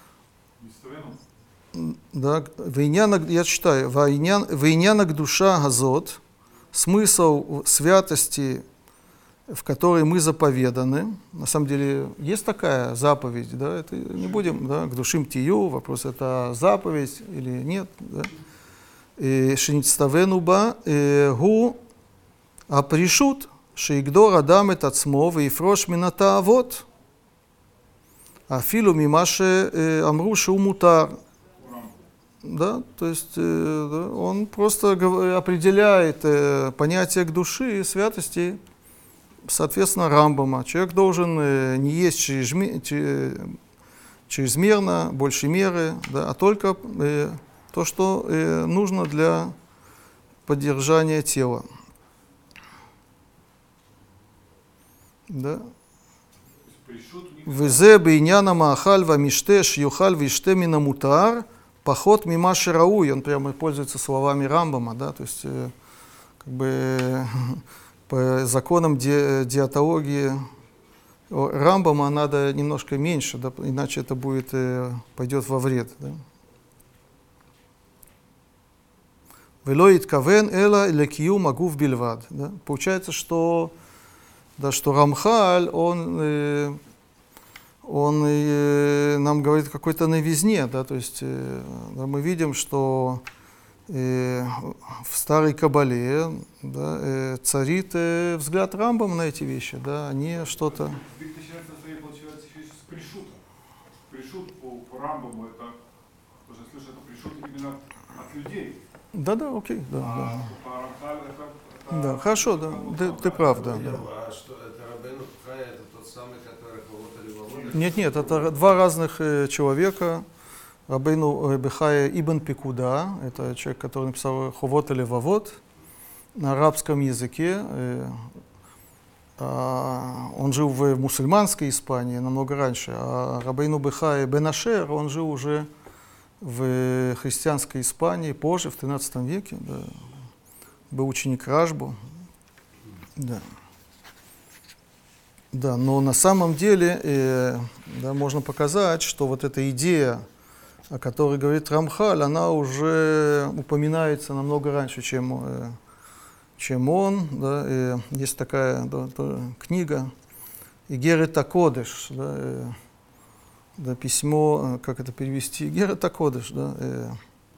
Да, вейняна, я читаю, вейняна к душа азот, смысл святости, в которой мы заповеданы. На самом деле есть такая заповедь, да, это не будем, да, к душим тию, вопрос, это заповедь или нет. Шиництавену ба гу апришут шеигдор адам эт ацмо вейфрош мин таавот афилу мима шеамру шеу мутар. Да, то есть э, да, он просто определяет э, понятие к души и святости, соответственно, Рамбама. Человек должен э, не есть чрезме, чрезмерно, больше меры, да, а только э, то, что э, нужно для поддержания тела. Да. Везе бейняна маахаль вамиште шьюхаль виште мина мутар поход мима ширауй. Он прямо пользуется словами Рамбама, да, то есть э, как бы по законам ди, диетологии Рамбама надо немножко меньше, да, иначе это будет, э, пойдет во вред. Да. Велоит кавен эла лекиюм агув бильвад. Получается, что, да, что Рамхаль, он, э, он э, нам говорит о какой-то новизне, да, то есть э, да, мы видим, что э, в старой Кабале, да, э, царит э, взгляд Рамбама на эти вещи, да, они что-то... Получается, еще с пришутом. Пришут по, по Рамбаму, это, тоже слышу, это пришут именно от людей. Да, да, окей, да, А да. по Рамхалю это, это... Да, хорошо, да, ты, ты прав, да, да. А что, это Рабейну Хая, это тот самый, который кого-то левоводит? Нет, нет, это два разных э, человека. Рабейну Бехая Ибн Пикуда, это человек, который написал Ховот и Левовод на арабском языке. Э, э, он жил в мусульманской Испании намного раньше, а Рабейну Бехая Бен Ашер, он жил уже в христианской Испании позже, в тринадцатом веке. Да. Был ученик Рашбу. Да. Да, но на самом деле э, да, можно показать, что вот эта идея, о которой говорит Рамхаль, она уже упоминается намного раньше, чем, э, чем он. Да. Э, есть такая да, книга Игерет а-Кодеш, да, э, да, письмо, как это перевести, Игерет ха-Кодеш, да, э,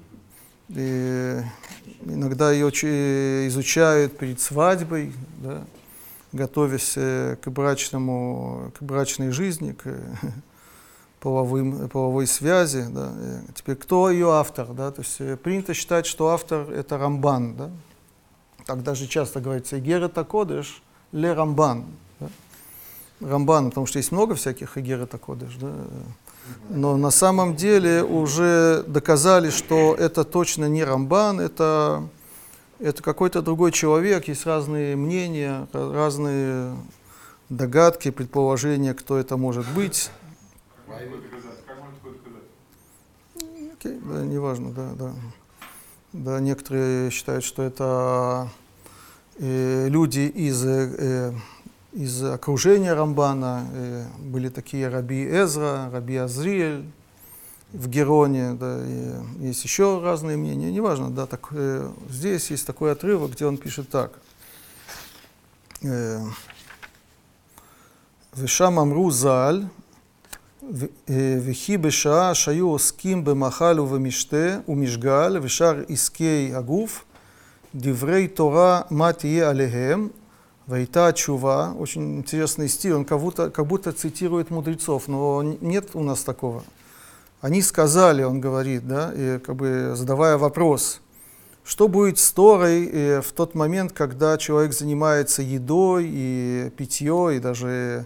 и иногда ее изучают перед свадьбой, да, готовясь к брачному, к брачной жизни, к половым, половой связи. Да. Теперь, кто ее автор? Да? То есть принято считать, что автор это Рамбан. Да? Так даже часто говорится Игерет ха-Кодеш ле Рамбан. Да? Рамбан, потому что есть много всяких Игерет ха-Кодеш. Да? Но на самом деле уже доказали, что это точно не Рамбан, это, это какой-то другой человек, есть разные мнения, разные догадки, предположения, кто это может быть. Как можно такое доказать? Как можно такое доказать? Окей, да, неважно, да, да. Да, некоторые считают, что это э, люди из, э, из окружения Рамбана, э, были такие Раби Эзра, Раби Азриэль в Героне, да, и есть еще разные мнения, неважно, да, так, э, здесь есть такой отрывок, где он пишет так. Вешам амру заль, וכי בשעה שהיו עוסקים במאכל ובמשתה ומשגל ושאר עסקי הגוף, דברי תורה מה תהיה עליהם, והייתה התשובה. Очень интересный стиль, он как будто, как будто цитирует мудрецов, но нет у нас такого. Они сказали, он говорит, да, и как бы задавая вопрос, что будет с Торой в тот момент, когда человек занимается едой и питьем, и даже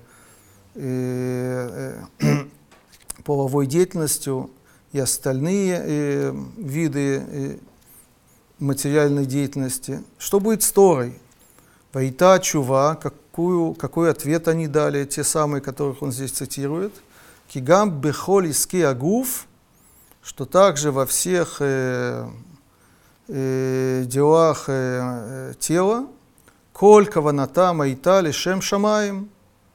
и, э, половой деятельностью и остальные э, виды э, материальной деятельности. Что будет с Торой? Вайта чува, какую, какой ответ они дали, те самые, которых он здесь цитирует. Кигам бехоль иски агуф, что также во всех э, э, делах э, тела, коль каваната майта лишем шамаим,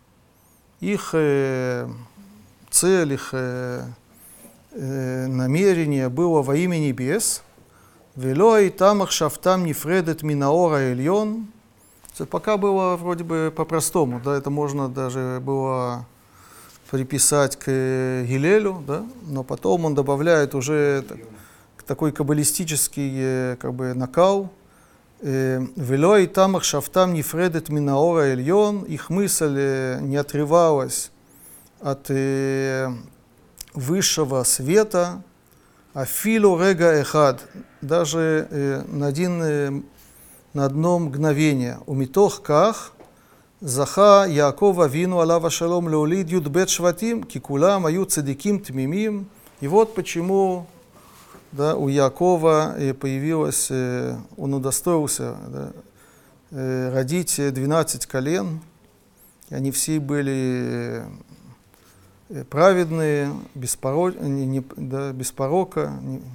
их э, цель, их э, э, намерение было во имя небес. Велой тамах шафтам нефредет минаора эльон. Это пока было вроде бы по-простому, да, это можно даже было приписать к Гилелю, да, но потом он добавляет уже так, такой каббалистический как бы накал. Велой тамах шафтам нефредет минаора эльон, их мысль не отрывалась от э, высшего света, афилу рега эхад, даже э, на, один, э, на одно мгновение. Умитох ках заха Яаков авину алава шалом леолид юдбет шватим, кикулам аю цадиким тмимим. И вот почему, да, у Яакова появилось, э, он удостоился, да, э, родить двенадцать колен, и они все были праведные, без, поро... не, не, да, без порока.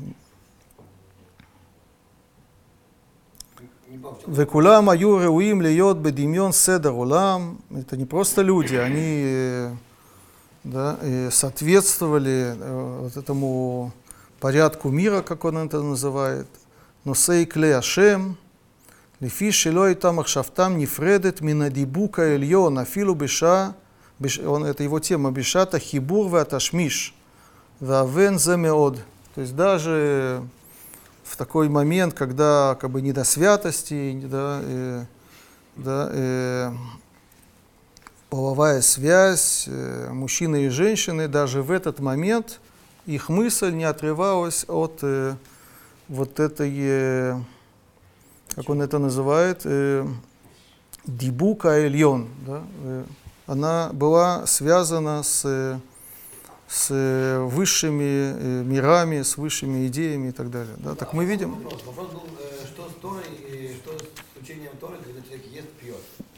Векулам аю реуим льет бедимьон седер улам. Это не просто люди, они, да, соответствовали вот этому порядку мира, как он это называет. Но сей кле ашем, лифи шилой там ахшафтам нефредет минадибука эльон афилу беша. Он, это его тема, бешата хибур ваташмиш, вавен замеод. То есть даже в такой момент, когда как бы не до святости, да, э, да, э, половая связь э, мужчины и женщины, даже в этот момент их мысль не отрывалась от э, вот этой, э, как он это называет, э, дибука эльон, да, э, она была связана с, с высшими мирами, с высшими идеями и так далее. Да? Так мы видим... Вопрос, вопрос был, что с Торой и что с учением Торы, когда человек ест, пьет.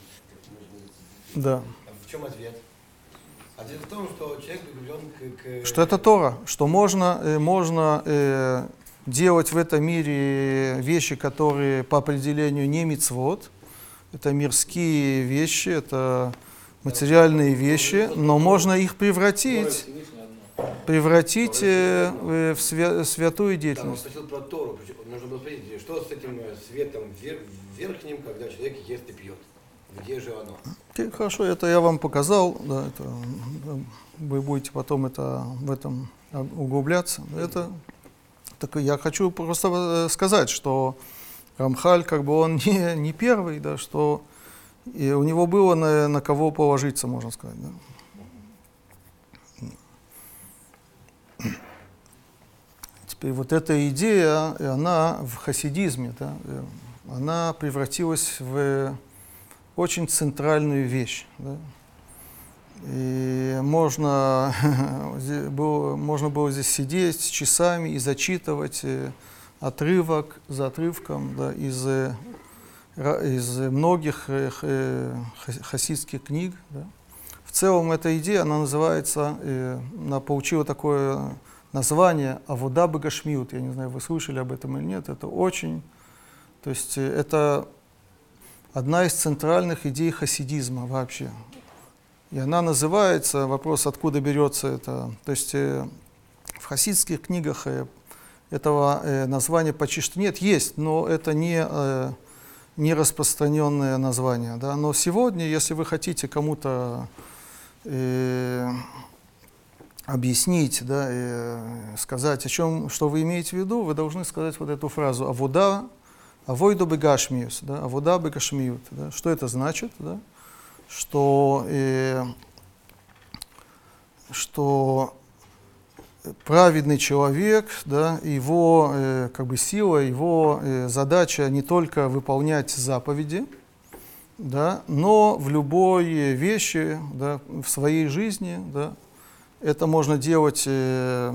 Да. В чем ответ? Ответ в том, что человек приближен к... к... Что это Тора, что можно, можно э, делать в этом мире вещи, которые по определению не мицвот. Это мирские вещи, это... материальные вещи, но можно их превратить, превратить э, в свя- святую деятельность. Да, он спросил про Тору, нужно было спросить, что с этим светом верхним, когда человек ест и пьет? Где же оно? Окей, хорошо, это я вам показал, да, это, вы будете потом это, в этом углубляться. Это, так я хочу просто сказать, что Рамхаль, как бы он не, не первый, да, что и у него было на, на кого положиться, можно сказать. Да. Теперь вот эта идея, она в хасидизме, да, она превратилась в очень центральную вещь. Да. И можно было, можно было здесь сидеть часами и зачитывать отрывок за отрывком, да, из, из многих хасидских книг. Да. В целом эта идея, она называется, она получила такое название «Авода бегашмиут». Я не знаю, вы слышали об этом или нет. Это очень, то есть это одна из центральных идей хасидизма вообще. И она называется, вопрос, откуда берется это, то есть э, в хасидских книгах э, этого э, названия почти что нет, есть, но это не, э, не распространенное название. Да? Но сегодня, если вы хотите кому-то э, объяснить, да, э, сказать, о чем, что вы имеете в виду, вы должны сказать вот эту фразу «авода», «авойду бегашмиус», да, «авода бегашмиут». Да? Что это значит? Да? Что, э, что праведный человек, да, его э, как бы сила, его э, задача не только выполнять заповеди, да, но в любой вещи, да, в своей жизни, да, это можно делать э,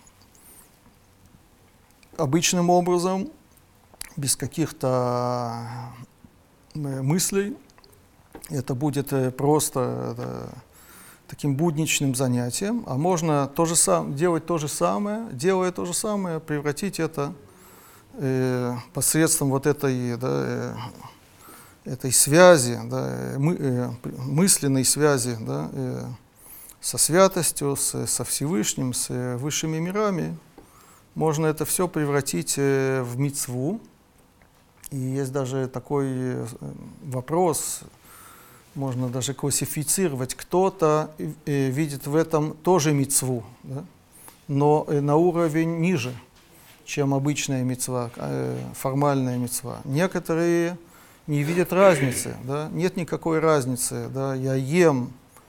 обычным образом, без каких-то мыслей. Это будет просто это, таким будничным занятием, а можно то же сам, делать то же самое, делая то же самое, превратить это э, посредством вот этой, да, э, этой связи, да, мы, э, мысленной связи, да, э, со святостью, с, со Всевышним, с э, высшими мирами. Можно это все превратить э, в мицву. И есть даже такой вопрос, можно даже классифицировать, кто-то э, видит в этом тоже мицву, да? Но э, на уровень ниже, чем обычная мицва, э, формальная мицва. Некоторые не видят разницы, да? Нет никакой разницы. Да? Я ем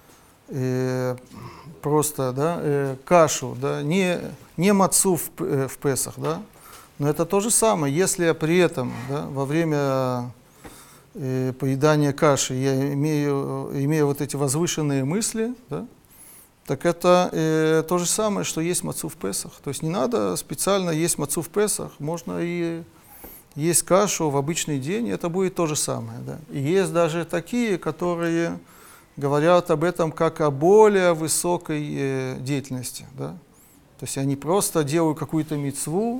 э, просто, да, э, кашу, да? не, не мацу в, э, в Песах, да? Но это то же самое, если я при этом, да, во время э, поедания каши я имею, имею вот эти возвышенные мысли, да, так это э, то же самое, что есть мацу в Песах. То есть не надо специально есть мацу в Песах, можно и есть кашу в обычный день, и это будет то же самое. Да. И есть даже такие, которые говорят об этом как о более высокой э, деятельности. Да. То есть я не просто делаю какую-то мицву,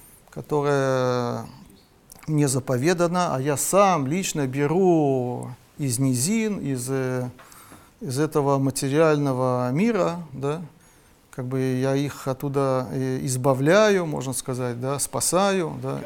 которая мне заповедана, а я сам лично беру из низин, из, из этого материального мира, да, как бы я их оттуда избавляю, можно сказать, да, спасаю. Да.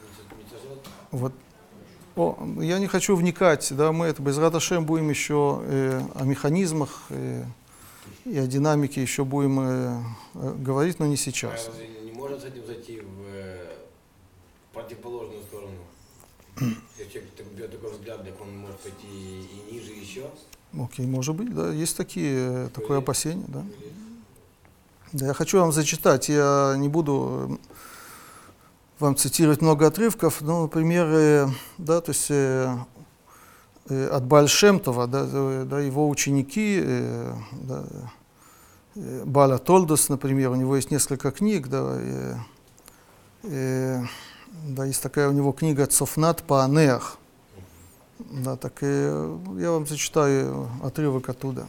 Вот. О, я не хочу вникать, да, мы это без Радашем будем еще э, о механизмах э, и о динамике еще будем э, говорить, но не сейчас. Не может с этим зайти в противоположную сторону. Если человек берет такой взгляд, так он может пойти и ниже еще. Окей, может быть, да, есть такие, такое опасение, да. Да, я хочу вам зачитать, я не буду вам цитировать много отрывков, но, например, э, да, то есть э, э, от Бааль Шем Това, да, да, его ученики, э, да, э, Бааля Толдос, например, у него есть несколько книг, да, э, э, да, есть такая у него книга «Цофнат Паанеах». Да, так и я вам зачитаю отрывок оттуда.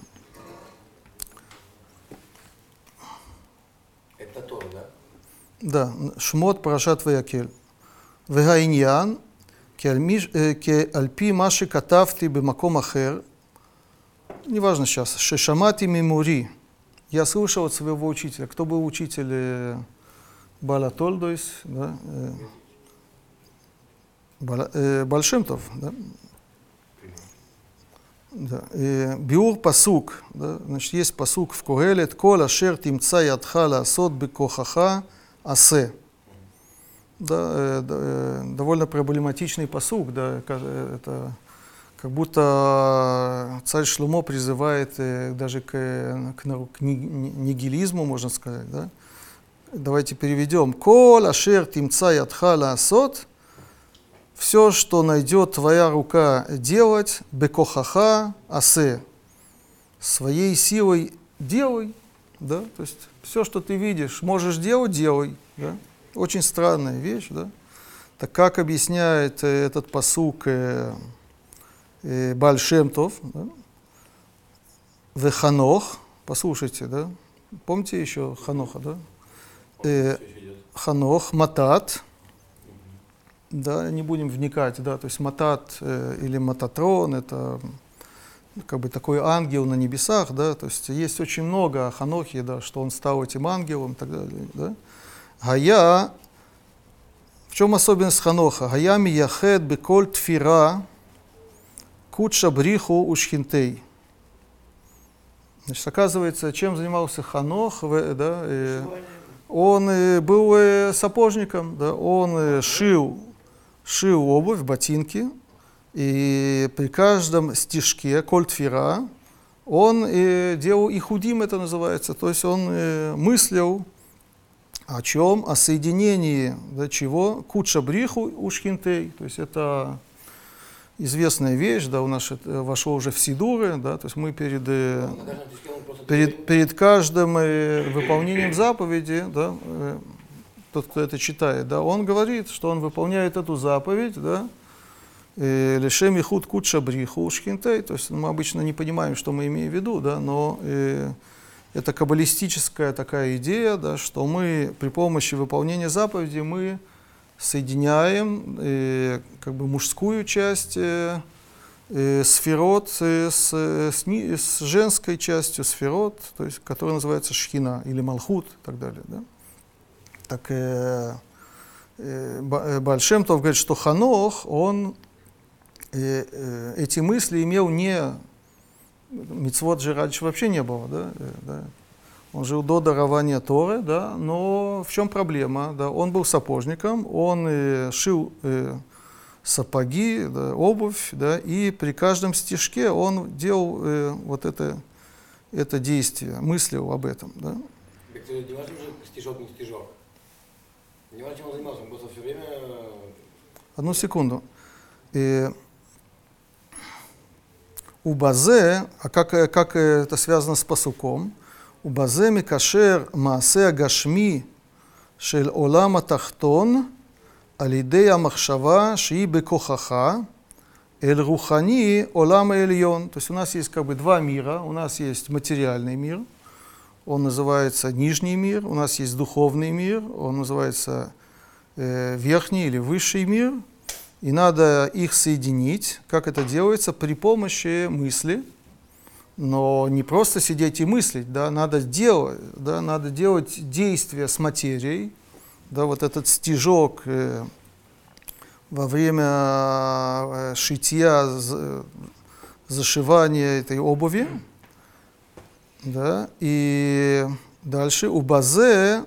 Это Тора, да? Да, Шмот Парашат Ваякель. Вегаиньян, кеальпи маши катавти бемаком ахер. Неважно сейчас. Шешамати мимури. Я слышал от своего учителя. Кто был учитель Бааля Толдос, да? Бааль Шем Това, да? Да. Биур пасук. Да. Значит, есть пасук в Когелет. Кол ашер тимца ядха лаасот бекохаха асе. Да, э, довольно проблематичный пасук. Да, это как будто царь Шломо призывает э, даже к, к, к нигилизму, можно сказать. Да. Давайте переведем. Кол ашер тимца ядха лаасот. Все, что найдет твоя рука делать, бекохаха асе, своей силой делай, да, то есть все, что ты видишь, можешь делать, делай, да. Очень странная вещь, да. Так как объясняет э, этот пасук э, э, Бааль Шем Тов, да? Веханох, послушайте, да, помните еще Ханоха, да? Э, Ханох, Матат. Да, не будем вникать, да, то есть Матат э, или Мататрон, это как бы такой ангел на небесах, да, то есть есть очень много о Ханохе, да, что он стал этим ангелом и так далее, да. Гая, в чем особенность Ханоха? Гая мияхед беколь тфира кутша бриху ушхинтей. Значит, оказывается, чем занимался Ханох, да, э, он э, был э, сапожником, да, он э, шил шил обувь, ботинки, и при каждом стежке, коль тфира, он э, делал ихудим, это называется, то есть он э, мыслил о чем? О соединении, да, чего? Кутша бриху ушхинтей, то есть это известная вещь, да, у нас это вошло уже в сидуры, да, то есть мы перед, э, перед, перед каждым э, выполнением заповеди, да, э, тот, кто это читает, да, он говорит, что он выполняет эту заповедь, да, лешем ихуд кутша бриху шхинтей, то есть мы обычно не понимаем, что мы имеем в виду, да, но э, это каббалистическая такая идея, да, что мы при помощи выполнения заповеди мы соединяем э, как бы мужскую часть э, э, сферот э, с, с, с женской частью сферот, то есть, которая называется шхина или малхут и так далее, да. Так э, э, Бааль Шем Тов говорит, что Ханох, он э, э, эти мысли имел не... Мицвот же раньше вообще не было, да, э, да. Он жил до дарования Торы, да, но в чем проблема? Да? Он был сапожником, он э, шил э, сапоги, да, обувь, да, и при каждом стежке он делал э, вот это, это действие, мыслил об этом. Да. Так не важно же стежок, не стежок. Не важно, чем он занимался, он просто все время... Одну секунду. И у Базе, а как, как это связано с пасуком? У Базе микашер маасе агашми шель олам атахтон алидей амахшава шии бекохаха эль рухани олам эльон. То есть у нас есть как бы два мира. У нас есть материальный мир, он называется нижний мир. У нас есть духовный мир, он называется э, верхний или высший мир. И надо их соединить. Как это делается? При помощи мысли. Но не просто сидеть и мыслить, да, надо делать, да, надо делать действия с материей. Да, вот этот стежок э, во время э, шитья, з, зашивания этой обуви. Да, и дальше у Базе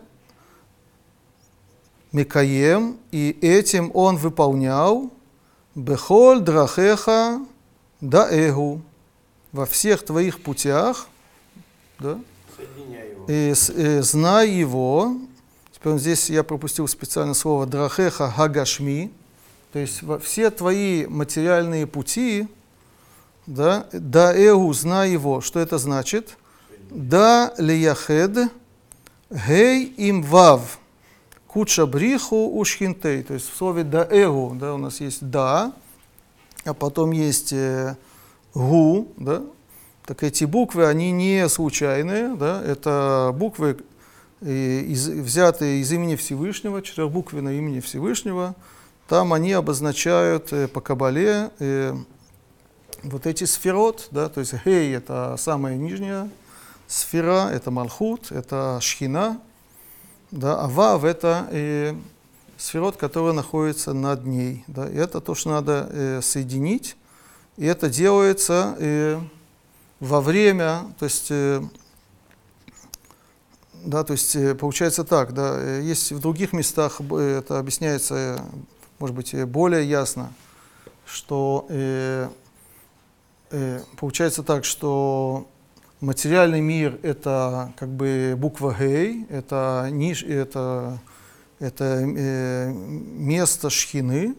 Микаем, и этим он выполнял Бехоль драхеха даэгу, во всех твоих путях, да, и, и знай его. Теперь здесь я пропустил специально слово драхеха хагашми, то есть во все твои материальные пути, да, даэгу, знай его. Что это значит? Да лияхед гей им вав куча бриху ушхинтей. То есть в слове даэгу, да, у нас есть да, а потом есть э, гу, да. Так эти буквы, они не случайные, да, это буквы, э, из, взятые из имени Всевышнего, четырехбуквенное имени Всевышнего. Там они обозначают э, по Кабале э, вот эти сферот, да, то есть гей — это самая нижняя сфера, это малхут, это шхина, да, а вав — это э, сферот, который находится над ней, да, и это то, что надо э, соединить. И это делается э, во время, то есть, э, да, то есть э, получается так, да, э, есть в других местах э, это объясняется, э, может быть, э, более ясно, что э, э, получается так, что материальный мир — это как бы буква Гей, это, ниж, это, это э, место шхины,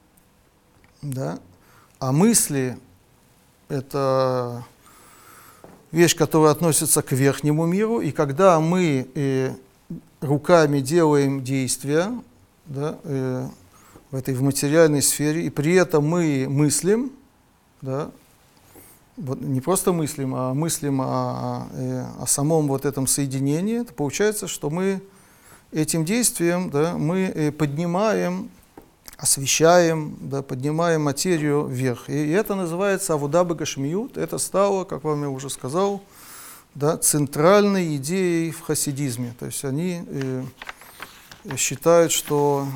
да, а мысли — это вещь, которая относится к верхнему миру, и когда мы э, руками делаем действия, да, э, в этой в материальной сфере, и при этом мы мыслим, да, вот не просто мыслим, а мыслим о, о, о самом вот этом соединении, то получается, что мы этим действием, да, мы поднимаем, освещаем, да, поднимаем материю вверх. И это называется авуда бегашмиют. Это стало, как вам я уже сказал, да, центральной идеей в хасидизме. То есть они э, считают, что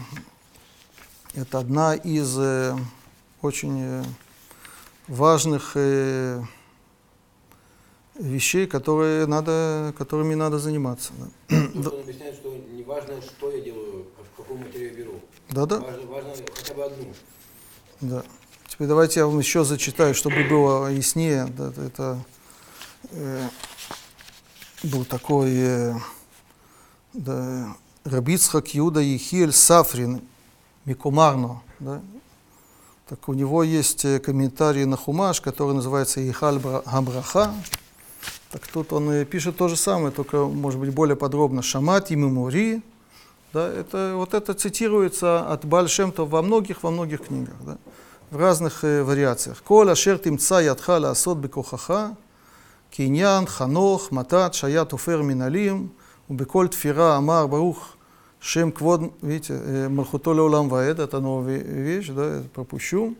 это одна из э, очень э, важных э, вещей, которые надо, которыми надо заниматься. Да. Он объясняет, что не важно, что я делаю, какую материю беру. Да-да. Важно, важно хотя бы одну. Да. Теперь давайте я вам еще зачитаю, чтобы было яснее. Да, это э, был такой э, да, Раби Ицхак Иуда Ехиэль Сафрин Микумарно. Да. Так у него есть комментарий на Хумаш, который называется Ихаль Габраха. Так тут он пишет то же самое, только, может быть, более подробно. Шамати мемори. Да, это, вот это цитируется от Бааль Шем Тов во многих, во многих книгах, да, в разных э, вариациях. Коль ашер тимца ядха лаасот бекохаха, киньян, ханох, матат, шаят уфер миналим, убеколь тфира амар барух шем квод, видите, э, малхуто леолам ваэд, это новая вещь, да, это пропущу.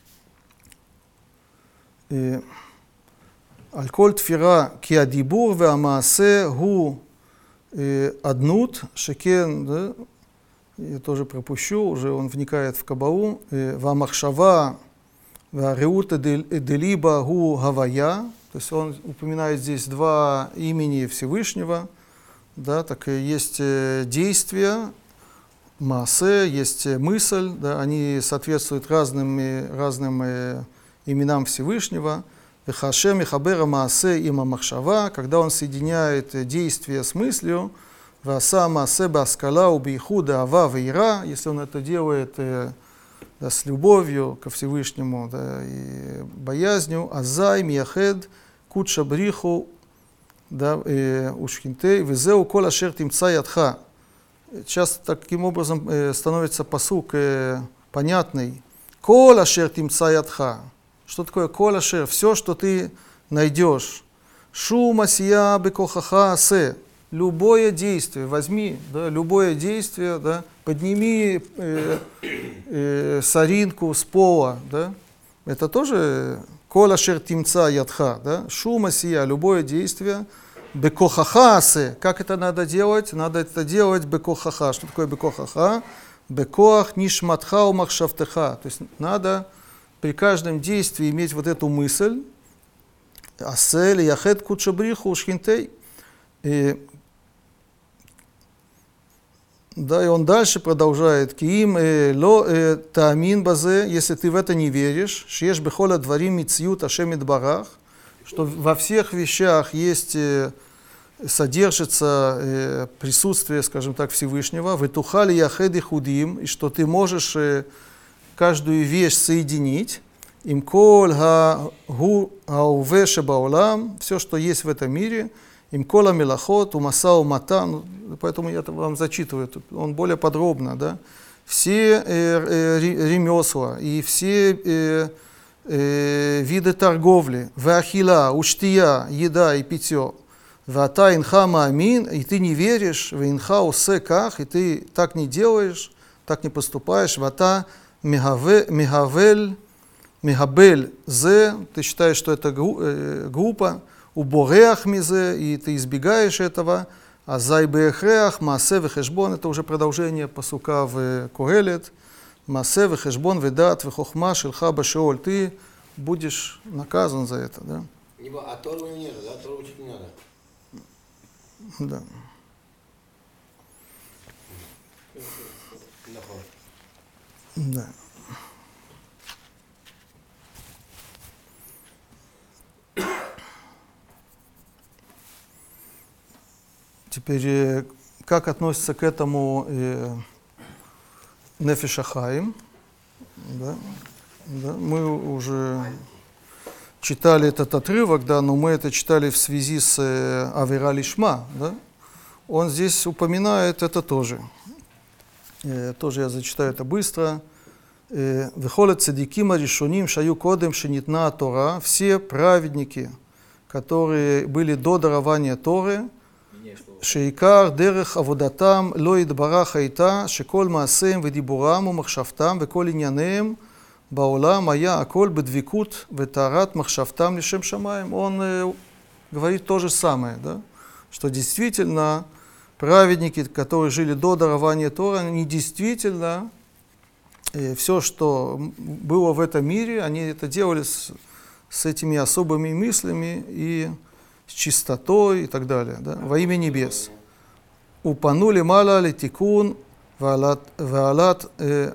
Аль-коль тфира ки адибур ве амаасе гу Аднут, Шекен, да, я тоже пропущу, уже он вникает в Кабалу. Вамахшава, Вареута делиба гу гавая, то есть он упоминает здесь два имени Всевышнего, да, так и есть действие, маасе, есть мысль, да, они соответствуют разным, разным именам Всевышнего. Вехашем и хабера маасе има махшава, когда он соединяет действие с мыслью, васа маасе баскала убейхуда ава вейра, если он это делает да, с любовью ко Всевышнему, да, и боязнью, азай мияхед кутша бриху да, ушхинтей везеу кол ашер тимца ядха. Сейчас таким образом становится пасук понятный. Кол ашер тимца ядха. Что такое кол ашер? Все, что ты найдешь. Шу масия бекохаха асе. Любое действие, возьми, да, любое действие, да, подними э, э, соринку с пола, да, это тоже кол ашер тимца ядха, да, шу масия, любое действие, бекохаха асе. Как это надо делать? Надо это делать бекохаха. Что такое бекохаха? Бекоах нишматха у махшавтеха. То есть надо при каждом действии иметь вот эту мысль, асель, яхет, кутшабриху, шхинтей. И, да, и он дальше продолжает. Киим ло таамин базе, если ты в это не веришь, шеш бехола дворим мицьют ашем идбарах, что во всех вещах есть, содержится присутствие, скажем так, Всевышнего, ветухали яхед и худим, и что ты можешь каждую вещь соединить, им коль гу аувеше баулам, все, что есть в этом мире, им кола мелахот, умаса уматан, поэтому я это вам зачитываю, он более подробно, да, все э, э, ремесла и все э, э, виды торговли, вахила, уштия, еда и питье, вата инха маамин, и ты не веришь, винха усе ках, и ты так не делаешь, так не поступаешь, вата Мегавель, мегабель зе, ты считаешь, что это глупо, убореах мизе, и ты избегаешь этого, а зайбеехреах, маасе вехешбон, это уже продолжение пасука в Когелет, маасе вехешбон ведат вехохма шельха башеоль, ты будешь наказан за это, да? А Тору не надо, да? Тору учить не надо. Да. Да. Теперь, как относится к этому э, Нефеш ха-Хаим? Да? Да? Мы уже читали этот отрывок, да, но мы это читали в связи с э, Авера Лишма. Да? Он здесь упоминает это тоже. Э, тоже я зачитаю это быстро. «Вехолет цадиким аришоним шаю кодем шинитна Тора». Все праведники, которые были до дарования Торы, שעיקר דרך עבודתם לא יתברך הייתה שכל מעשיהם ודיבורם ומחשבתם וכל ענייניהם בעולם היה הכל בדבקות וטהרת מחשבתם לשם שמיים. Он э, говорит то же самое, да? Что действительно праведники, которые жили до дарования Торы, они действительно э, все, что было в этом мире, они это делали с, с этими особыми мыслями и с чистотой и так далее, да, во имя небес. Упанули мала литикун ваалат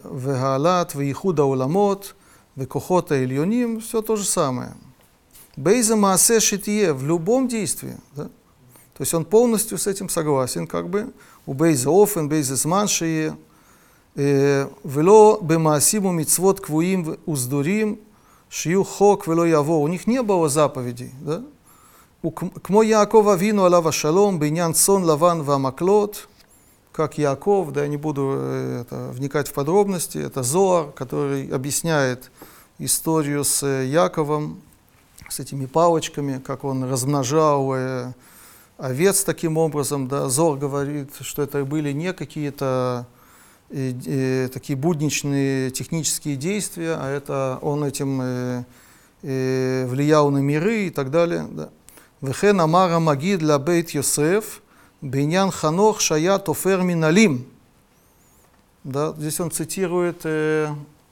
ваихуда уламот векохота ильоним, все то же самое. Бейза маасе шитие, в любом действии, да? То есть он полностью с этим согласен, как бы у бейза офен, бейза зман шие, вело бемаасиму мицвот квуим уздурим шию хок вело яво. У них не было заповедей, да? כמו יעקב אבינו עליו השלום בעניין צאן לבן והמקלות, как Яков, да, я не буду это, вникать в подробности, это Зоар, который объясняет историю с Яковом, с этими палочками, как он размножал э, овец таким образом, да. Зоар говорит, что это были не какие-то э, э, такие будничные технические действия, а это он этим э, э, влиял на миры и так далее, да. וכן אמר המגיד לבית יוסף בעניין חנוך שהיה תופר מנהלים. Да, здесь он цитирует, э,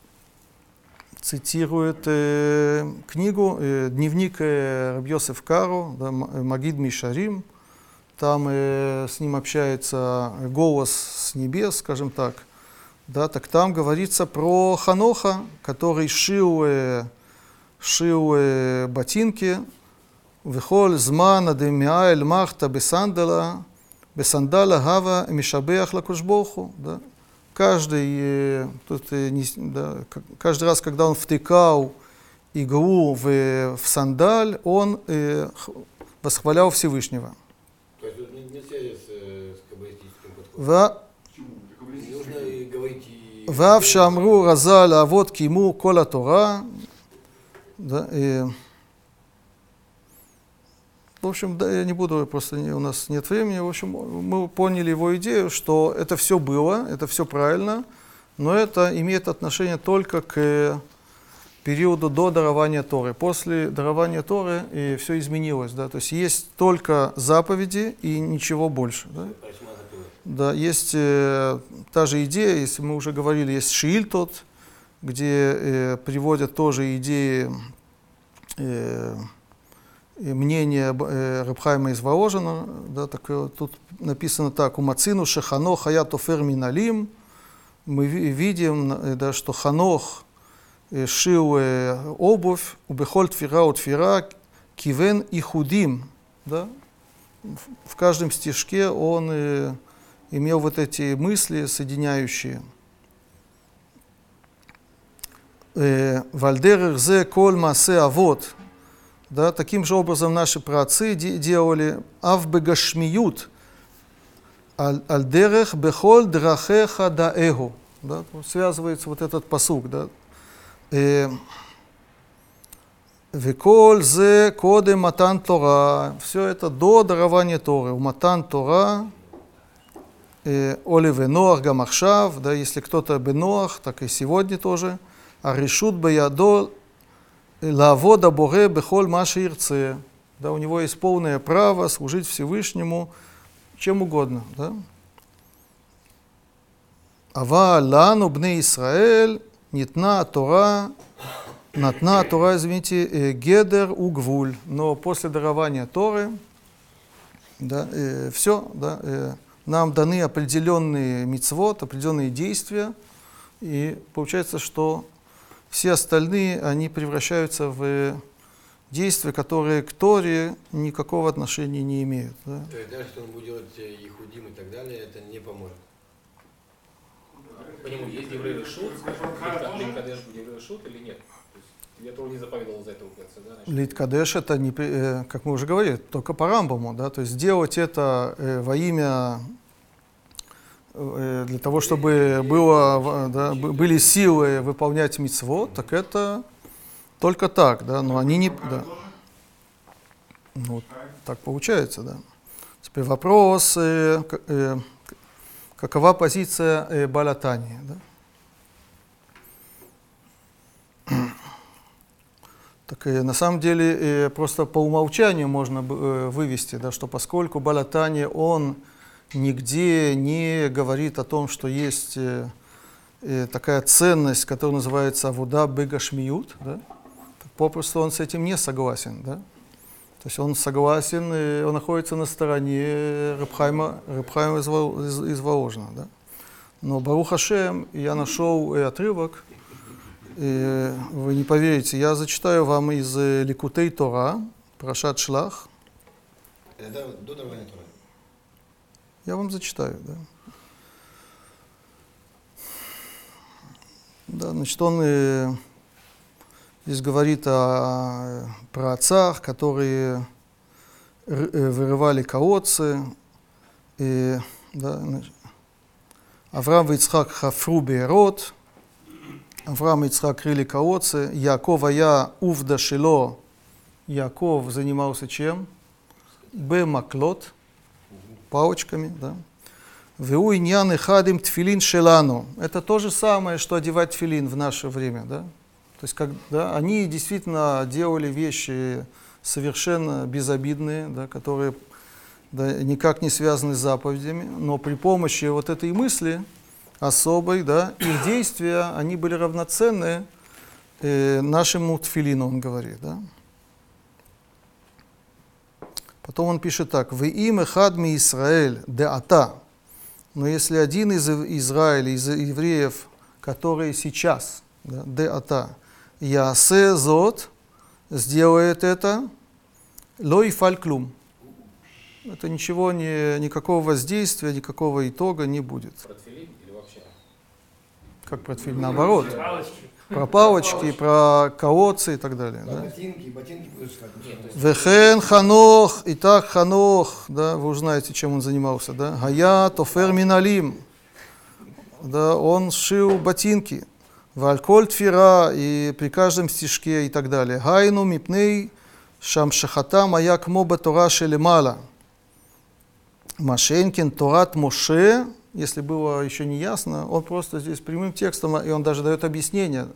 цитирует э, книгу, э, дневник э, Рабби Йосеф Каро, да, Магид Мишарим. Там э, с ним общается голос с небес, скажем так. Да, так там говорится про Ханоха, который шил, э, шил э, ботинки. וכל זמן הדמיעה אל מחתה בסנדלה, בסנדלה הווה משבח לקדוש ברוך הוא. Да? Каждый, тут, да, каждый раз, когда он втыкал иглу в, в сандаль, он э, восхвалял Всевышнего. То есть не связь с каббалистическим подходом? Нужно говорить и... ואף שאמרו רז"ל האבות קיימו כל התורה. Да, и, в общем, да, я не буду, просто не, у нас нет времени. В общем, мы поняли его идею, что это все было, это все правильно, но это имеет отношение только к периоду до дарования Торы. После дарования Торы и все изменилось, да, то есть есть только заповеди и ничего больше. Да, да, есть э, та же идея, если мы уже говорили, есть Шиильтот, где э, приводят тоже идеи, э, мнение Реб Хаима из Воложина, да, так, тут написано так: «Умацину шеханох хаят офер миналим». Мы видим, да, что Ханох шил обувь, убехоль тфира от тфира, кивен и худим. Да? В каждом стишке он имел вот эти мысли соединяющие. «Вальдерер зе коль маасе авот». Да, таким же образом наши праотцы делали авбегашмиют аль-дерех бехоль драхеха даэгу. Да, связывается вот этот пасук. Да. Веколь зе коде матан Тора. Все это до дарования Торы. У матан Тора оли веноах гамахшав. Да, если кто-то беноах, так и сегодня тоже. А решут беядо лавода боре бехоль маши ирце. Да, у него есть полное право служить Всевышнему чем угодно. Да? Ава лану бне Исраэль нитна Тора Натна Тора, извините, э, гедер угвуль. Но после дарования Торы, да, э, все, да, э, нам даны определенные мицвот, определенные действия, и получается, что все остальные, они превращаются в действия, которые к Торе никакого отношения не имеют. Да. То есть даже, что он будет делать ехудим и так далее, это не поможет. По нему есть еврей шут, Литкадеш еврей шут или нет? То есть я тоже не заповедовал за это укляться, да? Значит, Литкадеш это, не, при- э, как мы уже говорили, только по Рамбаму, да, то есть делать это э, во имя, э, для того, чтобы было, да, б- были силы выполнять мицвот, так это только так, да, но они не... Да. Ну, так получается, да. Теперь вопрос, э, к- э, какова позиция э, Балатани, да? Так и на самом деле э, просто по умолчанию можно б- э, вывести, да, что поскольку Балатани, он нигде не говорит о том, что есть э, э, такая ценность, которая называется авуда бегашмиют, да, так попросту он с этим не согласен. Да. То есть он согласен, и он находится на стороне Реб Хаима, Реб Хаима из, Вол- из, из Воложина. Да. Но Барух Ашем, я нашел э, отрывок, и вы не поверите, я зачитаю вам из э, Ликутей Тора, Парашат Шлах. Это до дарования Торы. Я вам зачитаю, да. Да, значит, он э, здесь говорит о, про отцах, которые р- э, вырывали колодцы. И, да, значит, Авраам и Ицхак хафру беэрот, Авраам и Ицхак крыли колодцы, Яков ая увда шило, Яков занимался чем? Бемаклот, палочками, да. Веу иньян эхадим тфилин шелану. Это то же самое, что одевать тфилин в наше время, да. То есть, когда они действительно делали вещи совершенно безобидные, да, которые, да, никак не связаны с заповедями, но при помощи вот этой мысли особой, да, их действия, они были равноценны э, нашему тфилину, он говорит, да. Потом он пишет так: «Вы им эхад ми Исраэль де ата». Но если один из Израиля, из евреев, которые сейчас, да, де ата, ясе зот, сделает это, ло ифаль клум. Это ничего, не, никакого воздействия, никакого итога не будет. про тфилин или вообще? Как про тфилин? Наоборот. Палочки. Про палочки, про колодцы и так далее. Да, Да? ботинки, ботинки будут искать. Нет, то есть- Вехен Ханох, и так Ханох, да, вы уже знаете, чем он занимался, да? Гая Тофер Миналим, да, он шил ботинки. Вальколь Тфира, и при каждом стишке и так далее. Гайну Мипней Шамшахата Мая Кмоба Тора Шелемала. Машенькин Торат Моше, если было еще не ясно, он просто здесь прямым текстом, и он даже дает объяснение.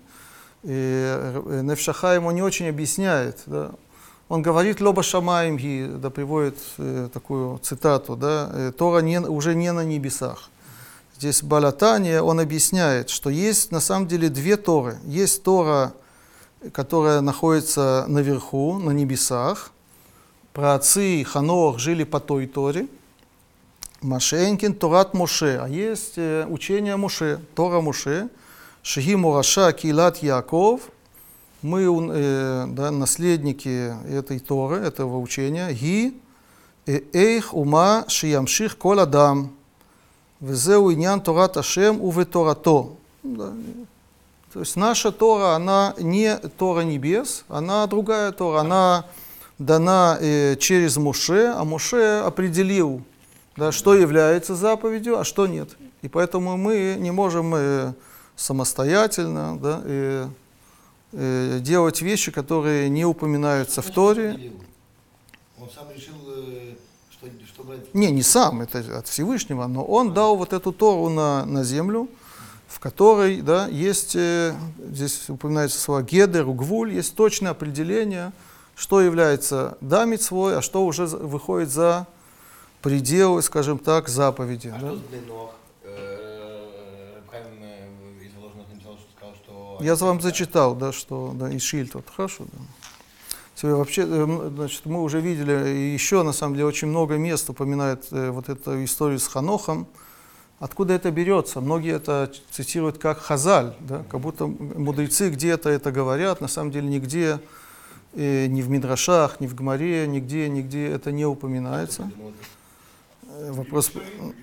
И Нефеш ха ему не очень объясняет. Да. Он говорит «Лоба шамаим ги», да, приводит э, такую цитату, да, э, «Тора не, уже не на небесах». Здесь Балатания, он объясняет, что есть на самом деле две Торы. Есть Тора, которая находится наверху, на небесах. Праотцы Ханох жили по той Торе. Машенькин Торат Моше. А есть э, учение Моше, Тора Моше. Шиги Мураша Килат Яков. Мы э, да, наследники этой Торы, этого учения. Ги эйх ума шиямших кол адам. Везеу иньян Торат Ашем уве Торато. Да. То есть наша Тора, она не Тора небес, она другая Тора. Она дана э, через Моше, а Моше определил, да, что является заповедью, а что нет. И поэтому мы не можем э, самостоятельно, да, э, э, делать вещи, которые не упоминаются в Торе. Он сам решил, э, что, что брать. Не, не сам, это от Всевышнего, но он дал вот эту Тору на, на землю, в которой, да, есть, э, здесь упоминается слово гедер, угвуль, есть точное определение, что является да мицвой, а что уже выходит за пределы, скажем так, заповеди. А Да? что с длинох? Ребхайм из Воложина написал, что сказал, что Я вам зачитал, да, что да, из Шильтот. Хорошо, да. Теперь вообще, значит, мы уже видели, и еще, на самом деле, очень много мест упоминает э, вот эту историю с Ханохом. Откуда это берется? Многие это цитируют как Хазаль, да, как будто мудрецы где-то это говорят, на самом деле нигде, э, ни в Мидрашах, ни в Гмаре, нигде, нигде это не упоминается. Э, вопрос...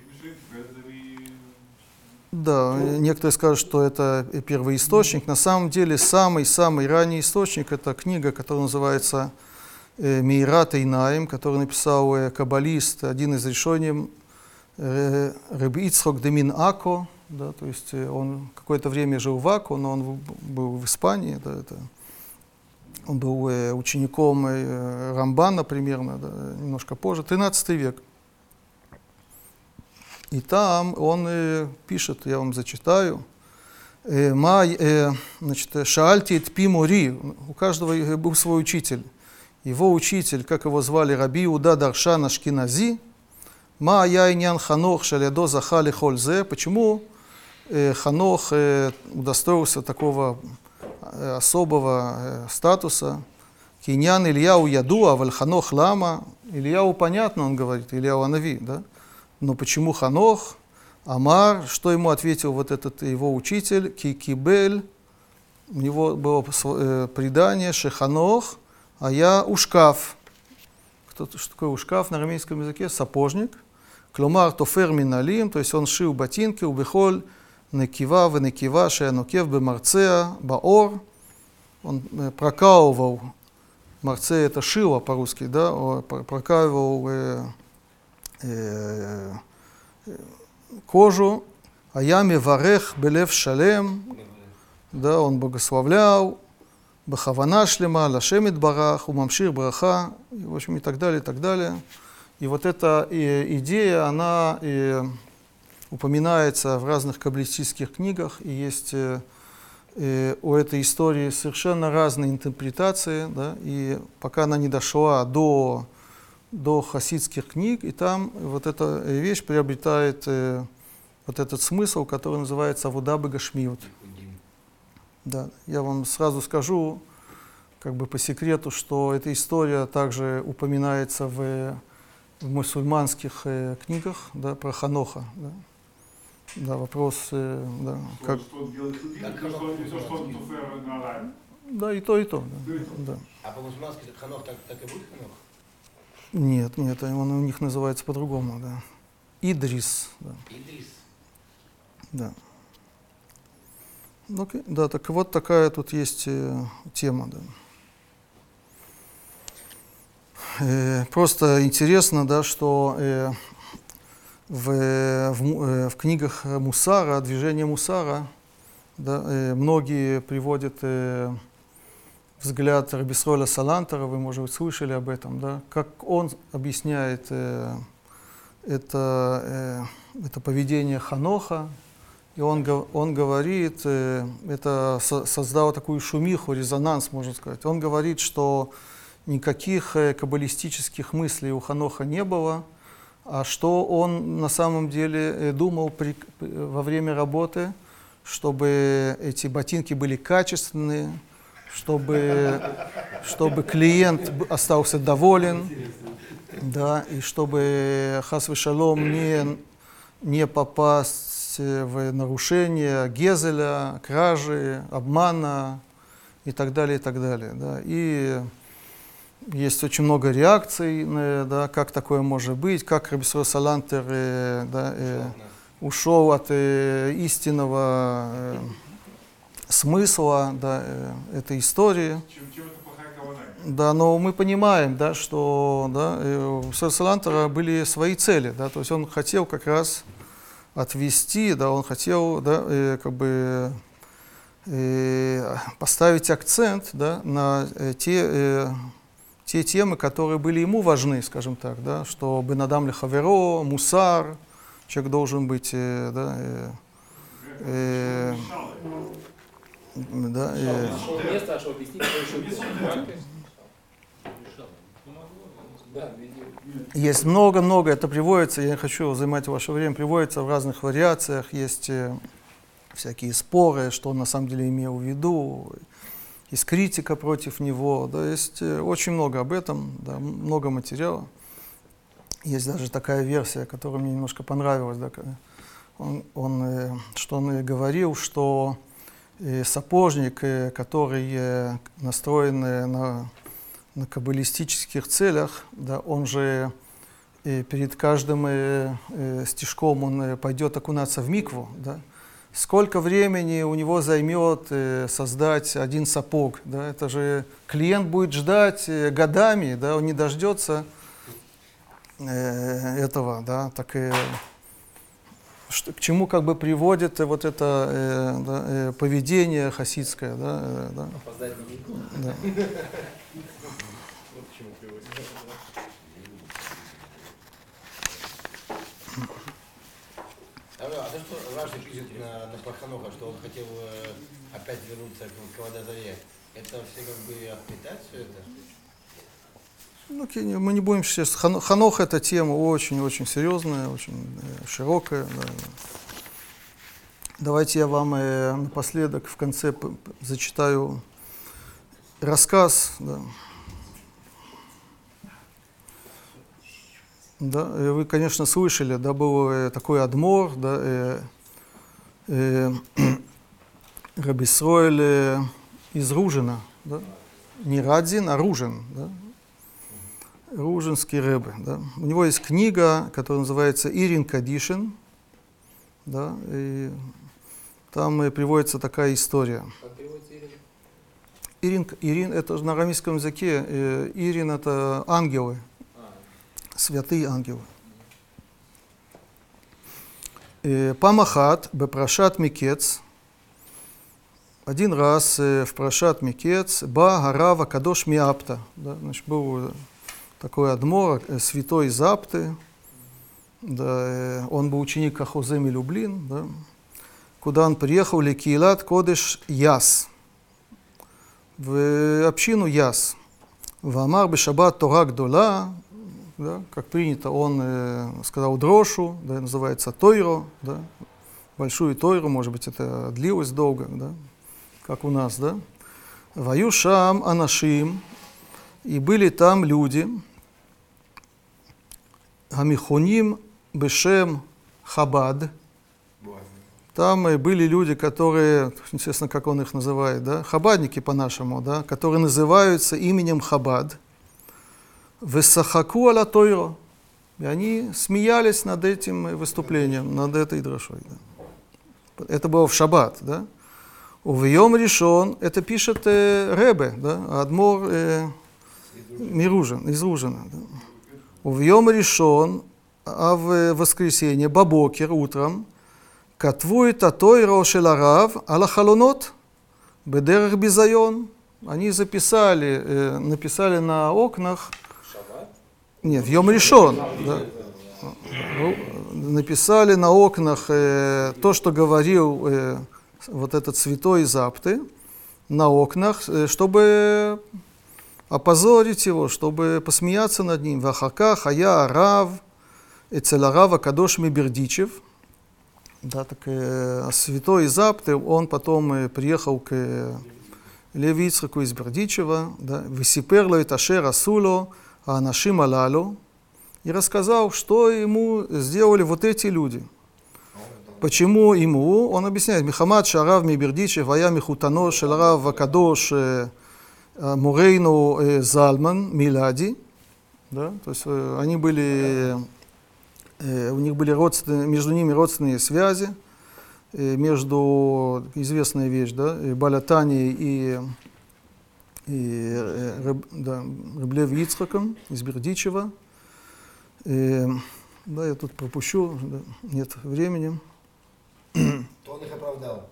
Да, некоторые скажут, что это первоисточник. На самом деле самый-самый ранний источник — это книга, которая называется «Мейрат Эйнаим», которую написал э, каббалист, один из решений э, Ребби Ицхок де Мин Ако. Да, то есть э, он какое-то время жил в Аку, но он был в Испании. Да, это, он был э, учеником э, Рамбана примерно, да, немножко позже, тринадцатый век. И там он э, пишет, я вам зачитаю, э, ма, э, значит, «Шаальти тпи мури», у каждого был свой учитель. Его учитель, как его звали, Раби Иуда Даршан Ашкенази, «Ма ая иньян Ханох шалядо заха лехоль зе», почему э, Ханох э, удостоился такого э, особого э, статуса. «Киньян Ильяу ядуа, валь Ханох лама», Ильяу понятно, он говорит, Ильяу Анави, да? Но почему Ханох? Амар, что ему ответил вот этот его учитель? Кикибель, у него было э, предание, Шеханох, а я ушкаф. Кто, что такое ушкаф на арамейском языке? Сапожник. Кломар тофер миналим, то есть он шил ботинки, убехоль некива венекива шеянокев бемарцеа баор. Он э, прокалывал, марцея это шило по-русски, да, прокалывал э, кожу, а я меварех белев шалем, да, он благословлял, бахавана шлема, лашемит барах, умамшир браха, в общем, и так далее, и так далее. И вот эта и, идея, она и, упоминается в разных каббалистических книгах, и есть и, у этой истории совершенно разные интерпретации, да, и пока она не дошла до до хасидских книг, и там вот эта вещь приобретает э, вот этот смысл, который называется «Авуда бегашмиют». Да, я вам сразу скажу, как бы по секрету, что эта история также упоминается в, в мусульманских э, книгах, да, про Ханоха. Да, да вопрос, э, да, как... Что он делает худим, то, что он туфер на лайм. Да, и то, и то. Да, да. А по-мусульмански Ханох так, так и будет Ханох? Нет, нет, он у них называется по-другому, да. Идрис. Да. Идрис. Да. Ну, да, так вот такая тут есть э, тема, да. Э, просто интересно, да, что э, в, в, э, в книгах Мусара, движение Мусара, да, э, многие приводят э, взгляд Раби Исроэля Салантера, вы, может быть, слышали об этом, да, как он объясняет э, это, э, это поведение Ханоха, и он, он говорит, э, это со, создало такую шумиху, резонанс, можно сказать. Он говорит, что никаких э, каббалистических мыслей у Ханоха не было, а что он на самом деле э, думал при, во время работы, чтобы эти ботинки были качественные, чтобы, чтобы клиент остался доволен, да, и чтобы хас вешалом не, не попасть в нарушение гезеля, кражи, обмана и так далее, и так далее. Да. И есть очень много реакций, да, как такое может быть, как Раби Исроэль Салантер э, да, э, ушел от э, истинного э, смысла, да, э, этой истории. Чем, чем это плохая кавана? Да, но мы понимаем, да, что да, у Исроэля Салантера были свои цели, да, то есть он хотел как раз отвести, да, он хотел, да, э, как бы э, поставить акцент, да, на э, те, э, те темы, которые были ему важны, скажем так, да, что бен адам лехаверо, мусар, человек должен быть, э, да, э, э, да, э, место, а что объяснить, что еще есть много-много, это приводится, я не хочу занимать ваше время, приводится в разных вариациях, есть э, всякие споры, что он на самом деле имел в виду, есть критика против него, да, есть очень много об этом, да, много материала. Есть даже такая версия, которая мне немножко понравилась, да, он, он, что он говорил, что сапожник, который настроен на, на каббалистических целях, да, он же перед каждым стишком он пойдет окунаться в микву, да. Сколько времени у него займет создать один сапог, да, это же клиент будет ждать годами, да, он не дождется этого, да, так и что, к чему как бы приводит вот это э, да, э, поведение хасидское, да, э, да. Опоздать на микву. Да. Вот к чему приводит. А то, что Раши пишет на, на Парханоха, что он хотел э, опять вернуться к Кавадазаре, это все как бы отметать все это? Ну, мы не будем сейчас... Ханох — это тема очень-очень серьезная, очень э, широкая. Да. Давайте я вам э, напоследок в конце зачитаю рассказ. Да. Да, вы, конечно, слышали, да, был э, такой адмор, да, э, э, Рабби Исроэль э, из Ружина, да, не Радзин, а Ружин, да. Ружинский рэбе, да. У него есть книга, которая называется «Ирин Кадишин», да, и там и приводится такая история. Как переводится Ирин? Ирин, Ирин это на арамейском языке, э, Ирин — это ангелы, а. святые ангелы. Э, Памахат бепрашат Микец, один раз э, в Прашат Микец, ба гарава кадош миапта, да, значит, был такой адмор, святой из Апты, да, он был ученик Ахузе Милюблин, да, куда он приехал, лекилат кодеш Яс, в общину Яс. В Амар бешаббат Тора гдола, да, как принято, он э, сказал дрошу, да, называется Тойро, да, большую Тойру, может быть, это длилось долго, да, как у нас, да. Ваюшам анашим, и были там люди, Гамихуним бешем Хабад. Там были люди, которые, естественно, как он их называет, да, хабадники по-нашему, да, которые называются именем Хабад. Весахаку аля Тойро. И они смеялись над этим выступлением, над этой дрошой. Да. Это было в шаббат, да. Увьем решен, это пишет э, Ребе, да, Адмор э, Миружин, из Ружина. Да. Увьем решен, а в воскресенье, бабокер, утром, катву это Тойро шел арав аля халонот бедерех бизайон. Они записали, э, написали на окнах. Шаббат? Нет, в Йом Ришон. Да. Написали на окнах э, то, что говорил э, вот этот святой из Апты, на окнах, э, чтобы опозорить его, чтобы посмеяться над ним. Вахака хая рав эцель арава кадош мибердичев. Да, так э, святой из Апты, он потом э, приехал к э, Леви Ицхаку из Бердичева, да, «Висиперло это ашер асуло аанашим алалу», и рассказал, что ему сделали вот эти люди. Почему ему? Он объясняет, «Михамад шарав мибердичев вая михутано шеларав вакадош мурейну залман милади». Да, то есть э, они были... У них были родственные, между ними родственные связи, между, известная вещь, да, Балятани и, и да, Ребелев Ицхаком из Бердичева. И, да, я тут пропущу, да, нет времени. То он их оправдал.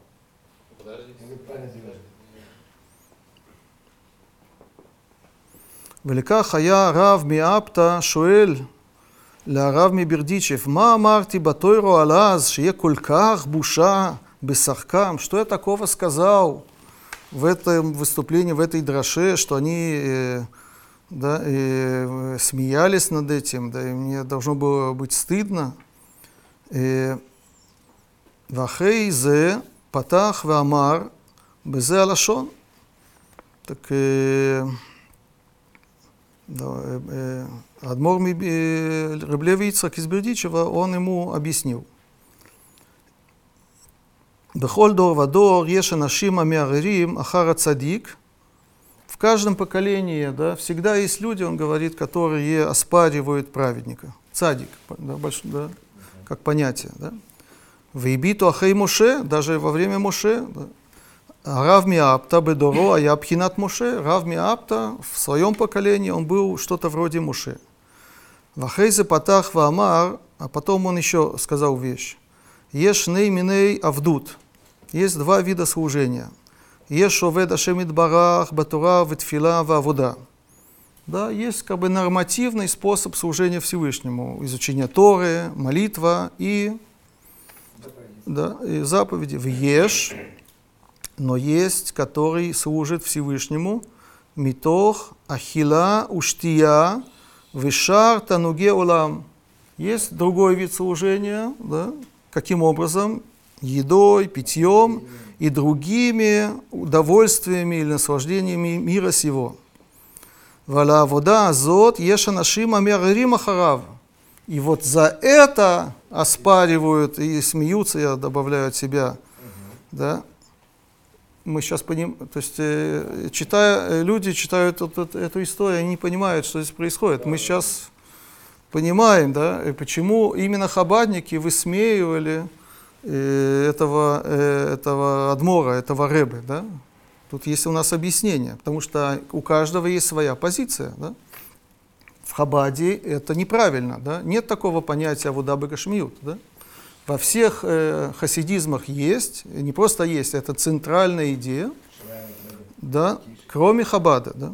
Велика хая рав миапта шуэль לרב מברדיצ'ев, מה אמרתי בתוירו על אז, שיהיה כל כך בושה בשחקם? Что я такого сказал в этом выступлении, в этой драше, что они э, да, э, смеялись над этим, да, и мне должно было быть стыдно. Вахей зе פתח ואמר, בזה הלשון. Так, э, да, э, Адмор э, Реб Леви Ицхак из Бердичева, он ему объяснил. בכל דור ודור יש אנשים המערערים אחר הצדיק. В каждом поколении, да, всегда есть люди, он говорит, которые оспаривают праведника. Цадик, да, больш, да, как понятие. Да. Вейбиту ахей Моше, даже во время Моше. Да. Рав Миапта бедоро, а я пхинат Моше. Рав Миапта в своем поколении он был что-то вроде Моше. Вахейзе патах ваамар, а потом он еще сказал вещь. Еш ней миней авдут. Есть два вида служения. Еш овед Ашем Итбарах батура витфила вавода. Да, есть как бы нормативный способ служения Всевышнему. Изучение Торы, молитва и, да, и заповеди. В еш, но есть, который служит Всевышнему. Митох ахила уштия вишар тануге улам. Есть другой вид служения, да? Каким образом? Едой, питьем и другими удовольствиями или наслаждениями мира сего. Валя вода азот еша нашим амярарим ахарав. И вот за это оспаривают и смеются, я добавляю от себя, да? Мы сейчас понимаем, то есть, э, читая, люди читают вот, вот, эту историю, они не понимают, что здесь происходит. Мы сейчас понимаем, да, почему именно хабадники высмеивали э, этого, э, этого адмора, этого ребе, да. Тут есть у нас объяснение, потому что у каждого есть своя позиция, да. В Хабаде это неправильно, да. Нет такого понятия авода бегашмиют, да. Во всех э, хасидизмах есть, не просто есть, это центральная идея, да, кроме Хабада, да.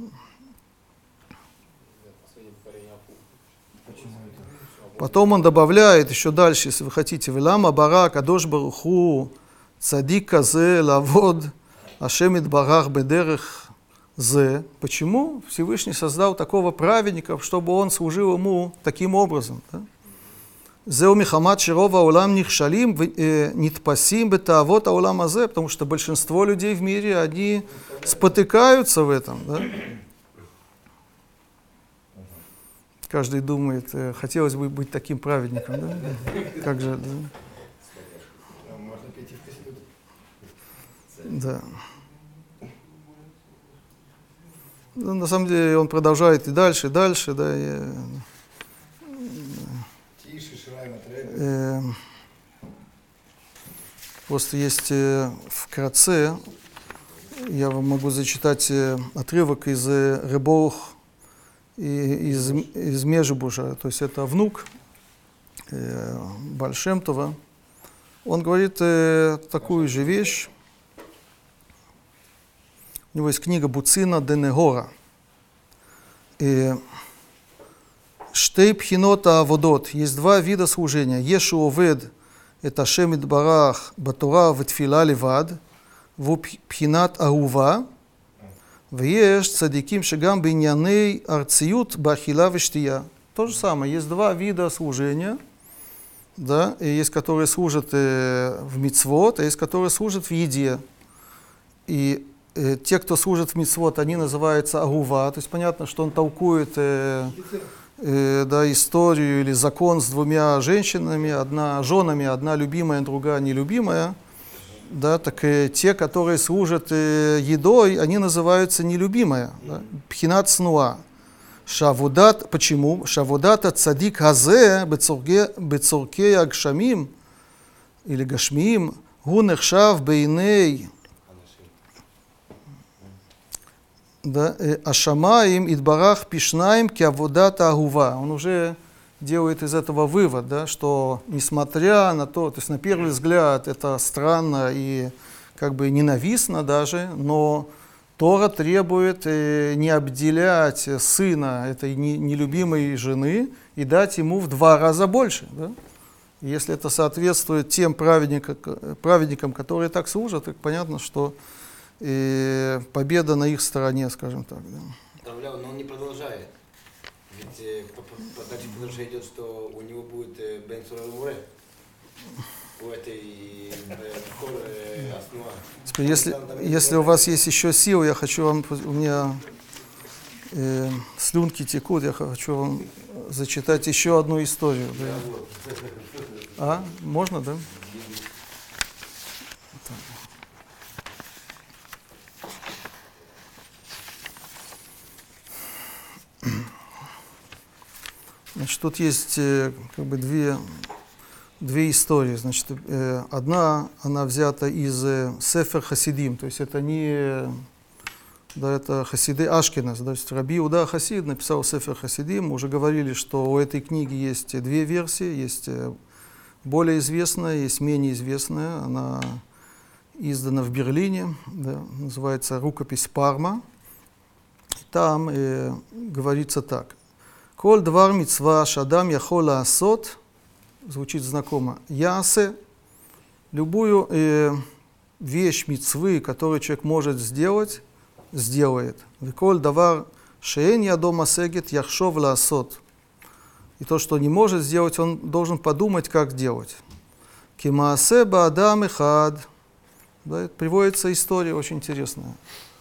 Потом он добавляет еще дальше, если вы хотите, «Велама бара кадош баруху цадик казе лавод Ашем Итбарах бедерех зе». Почему Всевышний создал такого праведника, чтобы он служил ему таким образом, да? Зеу михамат широва аулам нихшалим нитпасим бетаавот аулам азе, потому что большинство людей в мире, они спотыкаются в этом, да? Каждый думает, хотелось бы быть таким праведником, да? Как же, да? Да. Ну, на самом деле он продолжает и дальше, и дальше, да. И, э, просто есть э, вкратце, я вам могу зачитать э, отрывок из э, Ребоух, из, из Межибужа, то есть это внук э, Бааль Шем Това. Он говорит э, такую же вещь. У него есть книга Буцина де Негора. Штей пхинота аводот. Есть два вида служения. Ешу овед это Ашем Итбарах батура витфила левад, ву пхинат ахува. ויש צדיקים שגם בענייני ארציות באכילה ושתייה. То же самое. Есть два вида служения. Да? И есть, которые служат э, в мицвот, а есть, которые служат в еде. И э, те, кто служит в мицвот, они называются агува. То есть понятно, что он толкует э, э, да, историю или закон с двумя женщинами, одна женами, одна любимая, другая нелюбимая. Да, так и те, которые служат э, едой, они называются нелюбимые. Да? Пхинат снуа. Шавудат, почему? Шавудата цадик хазе бецурке агшамим или гашмиим гу нехшав бейней ашамаим идбарах пишнаим киавудата агува. Он уже делает из этого вывод, да, что несмотря на то, то есть на первый взгляд это странно и как бы ненавистно даже, но Тора требует э, не обделять сына этой не, нелюбимой жены и дать ему в два раза больше. Да? Если это соответствует тем праведникам, праведникам, которые так служат, то понятно, что э, победа на их стороне, скажем так. Да. Но он не продолжает. Ведь дальше потому что идет, что у него будет Бен Сура Муре. у этой э, основа. Теперь, если, если у вас есть еще силы, я хочу вам, у меня э, слюнки текут, я хочу вам зачитать еще одну историю. Да. А, можно, да? Значит, тут есть э, как бы две, две истории. Значит, э, одна, она взята из э, Сефер Хасидим, то есть это не, да, это Хасиды Ашкеназ, да, то есть Раби Иуда Хасид написал Сефер Хасидим. Мы уже говорили, что у этой книги есть две версии, есть более известная, есть менее известная. Она издана в Берлине, да, называется «Рукопись Парма». И там э, говорится так. «Коль двар мицва шадам яхол лаасот», звучит знакомо, «ясе», любую э, вещь мицвы, которую человек может сделать, сделает. «Коль давар шеэн ядо масегет яхшов лаасот». И то, что не может сделать, он должен подумать, как делать. «Кимаасе баадам эхад». Да, приводится история очень интересная.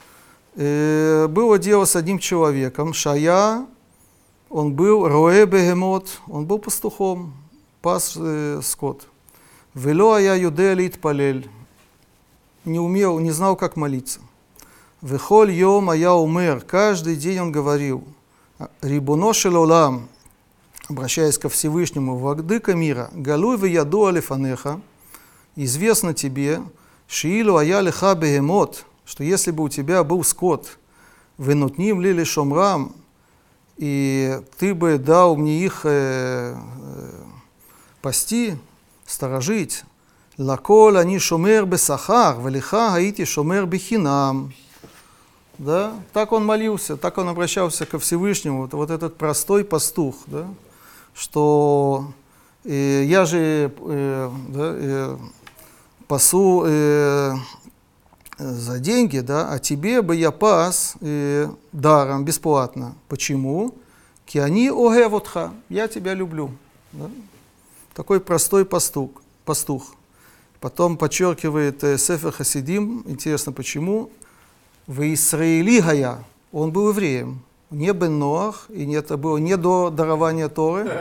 Э, было дело с одним человеком, шая, он был роэ бегемот, он был пастухом, пас э, скот. Вело ая юде лит палель, не умел, не знал, как молиться. Вехоль йом ая умер, каждый день он говорил, рибуно шел олам, обращаясь ко Всевышнему, вагдыка мира, галуй веяду алифанеха, известно тебе, шиилу ая леха бегемот, что если бы у тебя был скот, венутним лили шомрам, и ты бы дал мне их э, э, пасти, сторожить, лаколь они шомер бесахар, велиха гаити шомер бихинам. Да? Так он молился, так он обращался ко Всевышнему, вот, вот этот простой пастух, да? Что э, я же э, да, э, пасу э, за деньги, да, а тебе бы я пас э, даром, бесплатно. Почему? Киани огевотха, я тебя люблю. Да? Такой простой пастух. пастух. Потом подчеркивает э, Сефер Хасидим, интересно почему, в Исраили гая, он был евреем, не бен Ноах, и не, это было не до дарования Торы.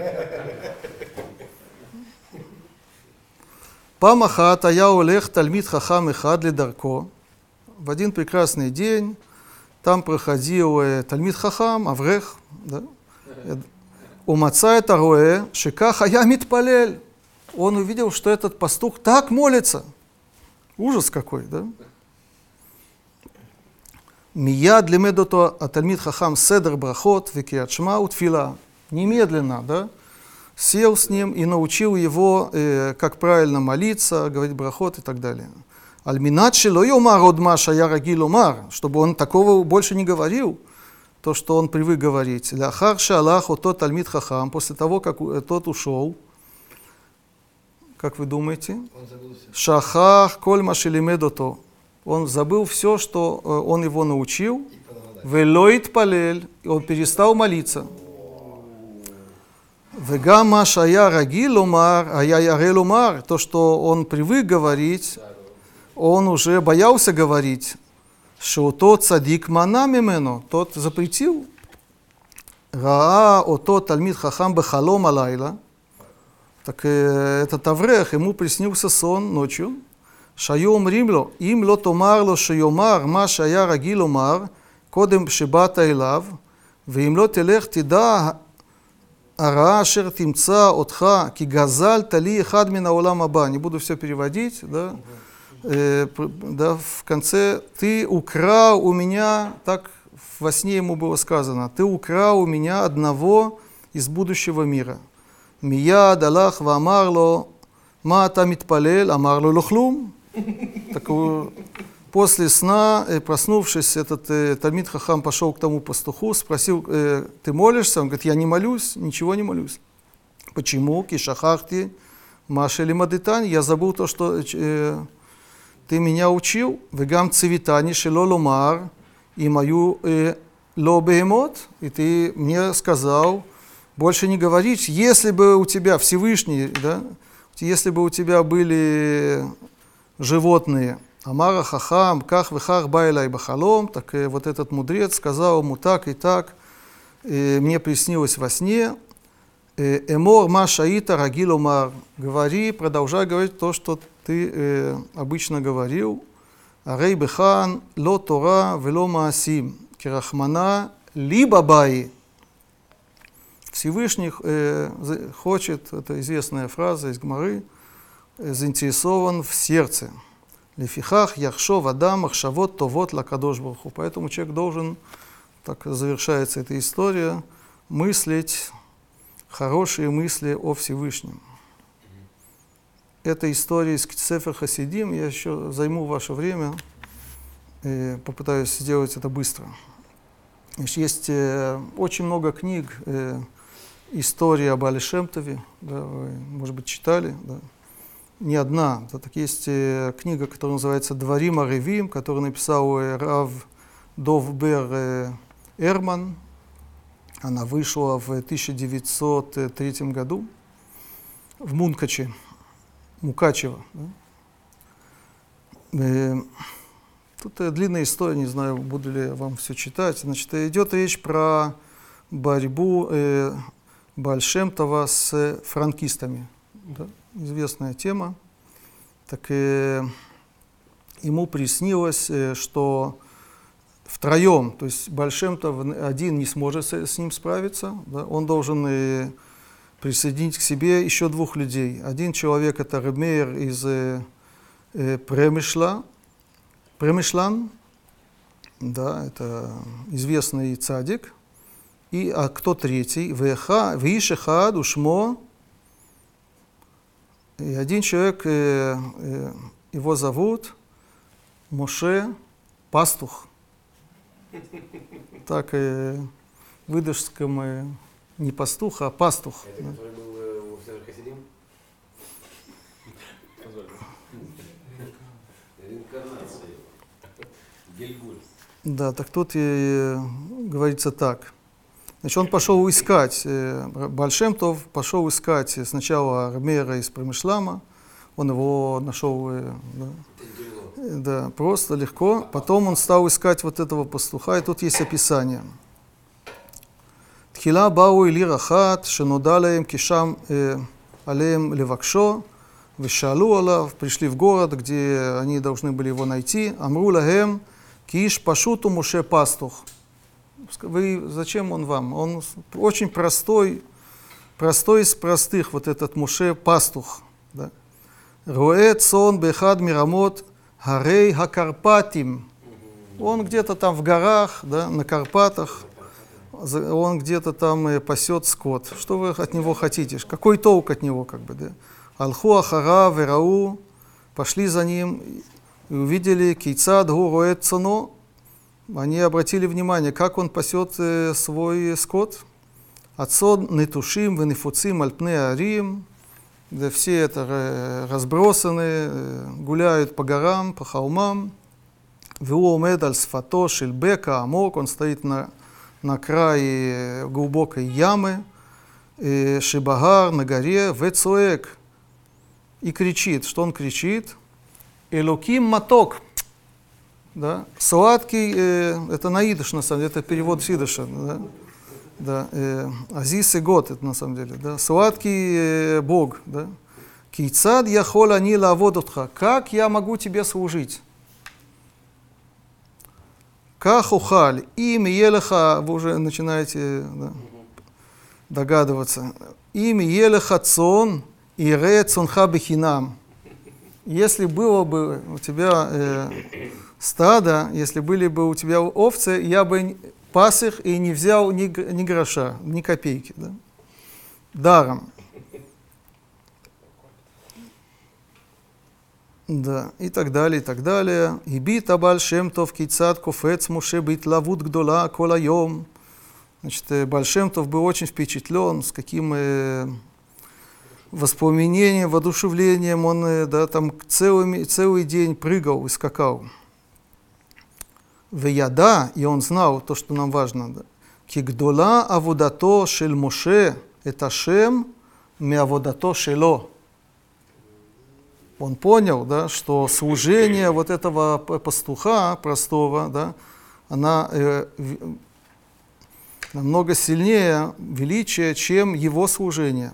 Памахат ая олех тальмид хахам эхад ледарко. В один прекрасный день там проходил тальмид хахам, аврех, да? Умаца это роэ, шиках ая митпалель. Он увидел, что этот пастух так молится. Ужас какой, да? Мияд лимедото атальмид хахам седер брахот векриат шма утфила. Немедленно, да? Сел с ним и научил его, э, как правильно молиться, говорить брахот и так далее. Альминат шело йомар од ма шая рагил омар, чтобы он такого больше не говорил, то, что он привык говорить. Ляхар шалах ото тальмид хахам, после того, как тот ушел, как вы думаете? Шахах коль ма шелимедото. Он забыл все, что э, он его научил. Велоит палель, он перестал молиться. Вегам ма шая рагил омар, ая ярел омар, то, что он привык говорить, он уже боялся говорить. Шото цадик мана мимену, тот запретил. Раа ото тальмид хахам бехалом алайла. Так э, этот аврех, ему приснился сон ночью. Шаю омрим ло, им ло томар ло шеомар ма шая рагил омар, кодем шебата элав, ואם לא תלך תדע הרעה אשר תמצא אותך, כי גזלת לי אחד מן העולם הבא. Не буду все переводить, да? Э, да, в конце ты украл у меня, так во сне ему было сказано, ты украл у меня одного из будущего мира. Мияд алах ва амар ло ма ата митпалел, амар ло ло хлум. Так после сна, проснувшись, этот э, Тальмид Хахам пошел к тому пастуху, спросил, э, ты молишься? Он говорит, я не молюсь, ничего не молюсь. Почему? Кишахахти машели мадитань, я забыл то, что э, ты меня учил. Вегам цивитани шело ломар, и мою э, ло бехемот, и ты мне сказал, больше не говорить, если бы у тебя Всевышний, да, Если бы у тебя были животные, Амара хахам, ках вехах байлай бахалом, так вот этот мудрец сказал ему так и так, мне приснилось во сне, эмор ма шаита рагил омар, говори, продолжай говорить то, что ты э, обычно говорил, арей бехан ло тора вело маасим, кирахмана либо баи. Всевышний э, хочет, это известная фраза из Гмары, э, заинтересован в сердце. Лефихах яхшов адам махшавот товот лакадош барух ху. Поэтому человек должен, так завершается эта история, мыслить хорошие мысли о Всевышнем. Это история из Сефер Хасидим. Я еще займу ваше время и попытаюсь сделать это быстро. Есть э, очень много книг, э, истории об Баале Шем Тове, да, вы, может быть, читали, да. Не одна. Да, так есть э, книга, которая называется «Дварим аревим», которую написал э, Рав Дов Бер э, Эрман. Она вышла в тысяча девятьсот третьем году в Мункаче, Мукачево. Да. Э, тут э, длинная история, не знаю, буду ли вам все читать. Значит, идет речь про борьбу э, Бааль Шем Това с франкистами. Да. Известная тема. Так э, ему приснилось, э, что втроем, то есть Бааль Шем Тов один не сможет с, с ним справиться, да, он должен э, присоединить к себе еще двух людей. Один человек — это Реб Меир из э, э, Премишла, Премишлан, да, это известный цадик. И а кто третий? Веиш эхад ушмо. И один человек, э, э, его зовут Моше Пастух. Так э, в идышском э, не пастух, а пастух. Это да. который был э, у Сефер Хасидим? Реинкарнация его. Гельгуль. Да, так тут э, говорится так. Значит, он пошел искать, э, Бааль Шем Тов пошел искать сначала Реб Меира из Премишлама, он его нашел, э, да, да, просто, легко. Потом он стал искать вот этого пастуха, и тут есть описание. Тхила бау или рахат, шенода лаем кишам алеем левакшо, вешалу алав, пришли в город, где они должны были его найти. Амру лахем киш пашуту Моше пастух. Вы, зачем он вам? Он очень простой, простой из простых, вот этот Моше пастух. Да. Роэ цон бехад мирамот Харей Хакарпатим. Он где-то там в горах, да, на Карпатах, он где-то там пасет скот. Что вы от него хотите? Какой толк от него, как бы, да? Алху ахара верау, пошли за ним и увидели кейцад гу роэт цоно. Они обратили внимание, как он пасет свой скот. Ацон нетушим венефуцим альпне арим. Да, все это разбросаны, гуляют по горам, по холмам. Веуомед аль сфато шельбека амок, он стоит на, на крае глубокой ямы, шибагар на горе, вецуэк, и кричит. Что он кричит? Элоким маток. Да? Сладкий, э, это на идыш, на самом деле, это перевод с идыша. Да? Да, э, Азис и год, это на самом деле, да, сладкий э, Бог, да. Кейцад я хол ани лаводотха, как я могу тебе служить? Ках ухаль, им елеха, вы уже начинаете, да, догадываться. Им елеха цон и ре цонха бехинам. Если было бы у тебя э, стадо, если были бы у тебя овцы, я бы пас их и не взял ни, ни гроша, ни копейки, да? Даром. Да, и так далее, и так далее. Ибит Бааль Шем Тов кейцад кофец Моше битлавут гдола кол айом. Значит, Бааль Шем Тов был очень впечатлен, с каким э, воспламенением, воодушевлением он, э, да, там целый, целый день прыгал и скакал. Веяда, и он знал то, что нам важно, да. Кигдола аводато шель Моше, это Шем, ми аводато шело. Он понял, да, что служение вот этого пастуха простого, да, она э, в, намного сильнее величия, чем его служение.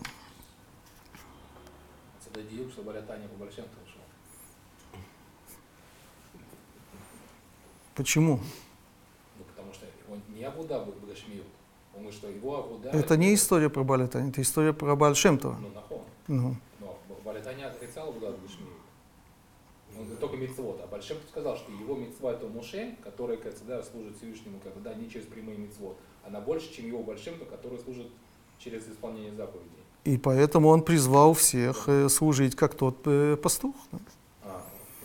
Почему? Ну, потому что он не Авуда Бгашмиют. Он говорит, что его Авуда... Это не история про Бааль ха-Тanya, это история про Бааль Шем Това. Ну, нахон. Ну. Но Бааль ха-Тanya отрицал Авуда Бгашмиют. Он только мицвот. А Бааль Шем Това сказал, что его мицва это Моше, который, когда служит Всевышнему, когда не через прямые мицвот, она больше, чем его Бааль Шем Това, который служит через исполнение заповедей. И поэтому он призвал всех э, служить, как тот э, пастух. Да? А,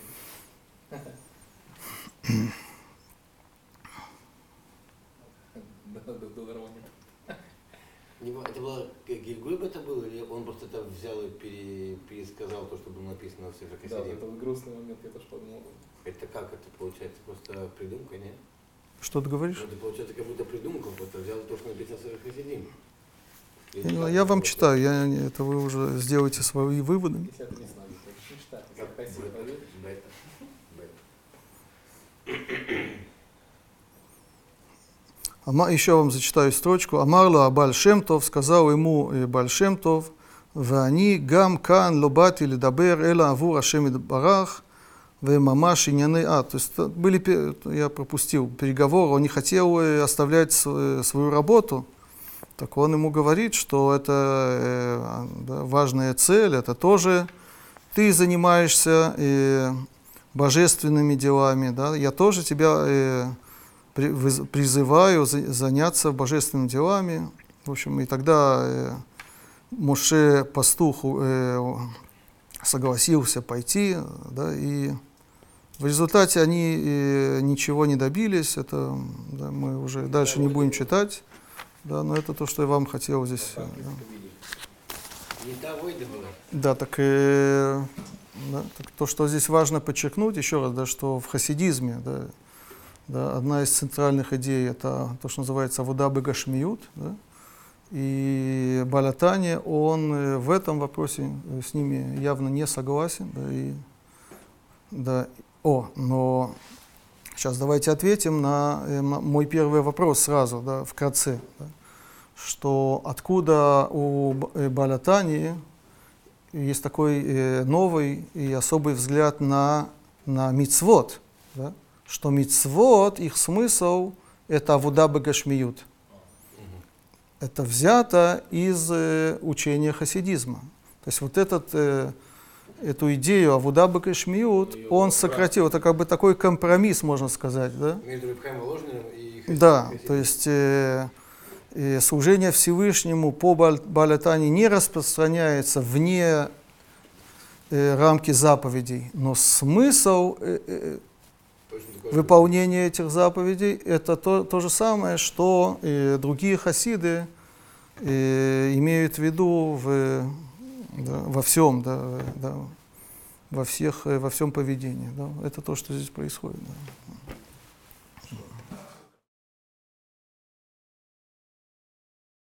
Это было Гильгуль это был, или он просто это взял и пере, пересказал то, что было написано в Сефер Хасидим? Да, это грустный момент, я тоже подумал. Это как это получается? Просто придумка, нет? Что ты говоришь? Это получается как будто придумка, просто взял то, что написано в Сефер Хасидим. Я, я вам читаю, я, это вы уже сделаете свои выводы. Если это не знаю, то не читать. Как Хасидим, поверь. Бета. Ама, еще вам зачитаю строчку. Амарла Бааль Шем Тов, сказал ему Бааль Шем Тов, «Вани гам кан лобати лидабер эла авур Ашем Барах, вемамаш иньяны ад». То есть были, я пропустил переговоры, он не хотел оставлять свою работу. Так он ему говорит, что это да, важная цель, это тоже ты занимаешься э, божественными делами, да, я тоже тебя э, при, призываю за, заняться божественными делами. В общем, и тогда э, Моше пастух э, согласился пойти, да, и в результате они э, ничего не добились, это да, мы уже дальше не будем читать. Да, но это то, что я вам хотел здесь. Да, не та войда была. Да, так, э, да, так то, что здесь важно подчеркнуть, еще раз, да, что в хасидизме да, да, одна из центральных идей это то, что называется авуда бегашмиют. Да, и Бааль ха-Тanya, он в этом вопросе с ними явно не согласен. Да, и, да, о, но сейчас давайте ответим на э, мой первый вопрос сразу, да, вкратце. Да, что откуда у Бааль ха-Tanya есть такой э, новый и особый взгляд на, на мицвот, да, что мицвот, их смысл – это авуда бегашмиют. Это взято из э, учения хасидизма. То есть вот этот, э, эту идею авуда бегашмиют он сократил. Это как бы такой компромисс, можно сказать. Да, между Ребхаим Воложным и хасидизмом. Да, то есть э, э, служение Всевышнему по Бааль ха-Tanya не распространяется вне э, рамки заповедей, но смысл э, э, выполнения этих заповедей это то, то же самое, что э, другие хасиды э, имеют в виду в, да, во всем, да, да, во всех, во всем поведении. Да. Это то, что здесь происходит. Да.